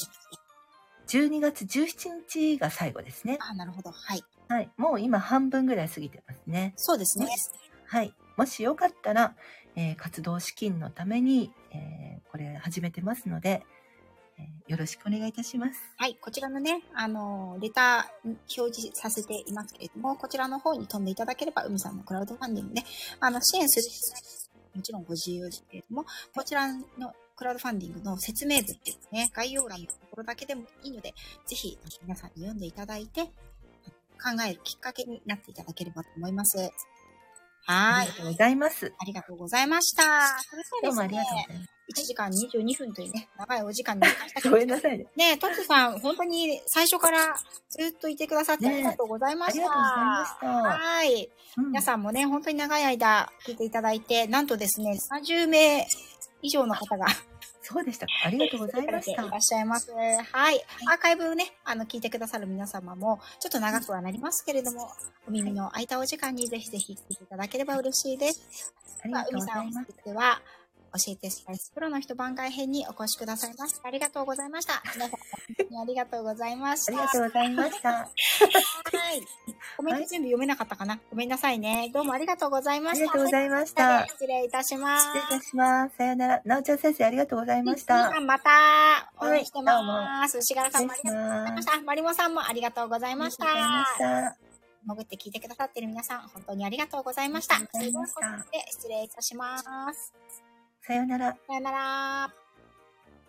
12月17日が最後ですね。 なるほど。はい。 はい。もう今半分ぐらい過ぎてますね。 そうですね。 はい。もしよかったら、活動資金のために、これ始めてますので、よろしくお願いいたします。 はい。こちらのね、レター表示させていますけれども、こちらの方に飛んでいただければ、海さんのクラウドファンディングね、支援する、もちろんご自由ですけれども、こちらのクラウドファンディングの説明文っていうね、概要欄のところだけでもいいので、ぜひ皆さんに読んでいただいて、考えるきっかけになっていただければと思います。 はい。ありがとうございます。 ありがとうございました。それではですね、 どうもありがとうございます。 1時間22分というね、長いお時間になりましたけど。 ごめんなさいね。 ねえ、トッツさん、本当に最初からずっといてくださってありがとうございました。 ありがとうございました。 はい。皆さんもね、本当に長い間聞いていただいて、なんとですね、30名以上の方が。 そうでしたか。ありがとうございました。 いらっしゃいます。はい。アーカイブをね、聞いてくださる皆様も、ちょっと長くはなりますけれども、お耳の空いたお時間にぜひぜひ聞いていただければ嬉しいです。 ありがとうございます。 では、教えてスパイスプロの人番外編にお越しくださいました。ありがとうございました。皆さん、本当にありがとうございました。 ありがとうございました。はい。 コメント全部読めなかったかな、ごめんなさいね。どうもありがとうございました。 ありがとうございました。 失礼いたします。 失礼いたします。さよなら。なおちゃん先生、ありがとうございました。 皆さんまた、応援してます。しがらさんもありがとうございました。まりもさんもありがとうございました。潜って聞いてくださっている皆さん、本当にありがとうございました。ということで、失礼いたします。 さよなら。 さよなら。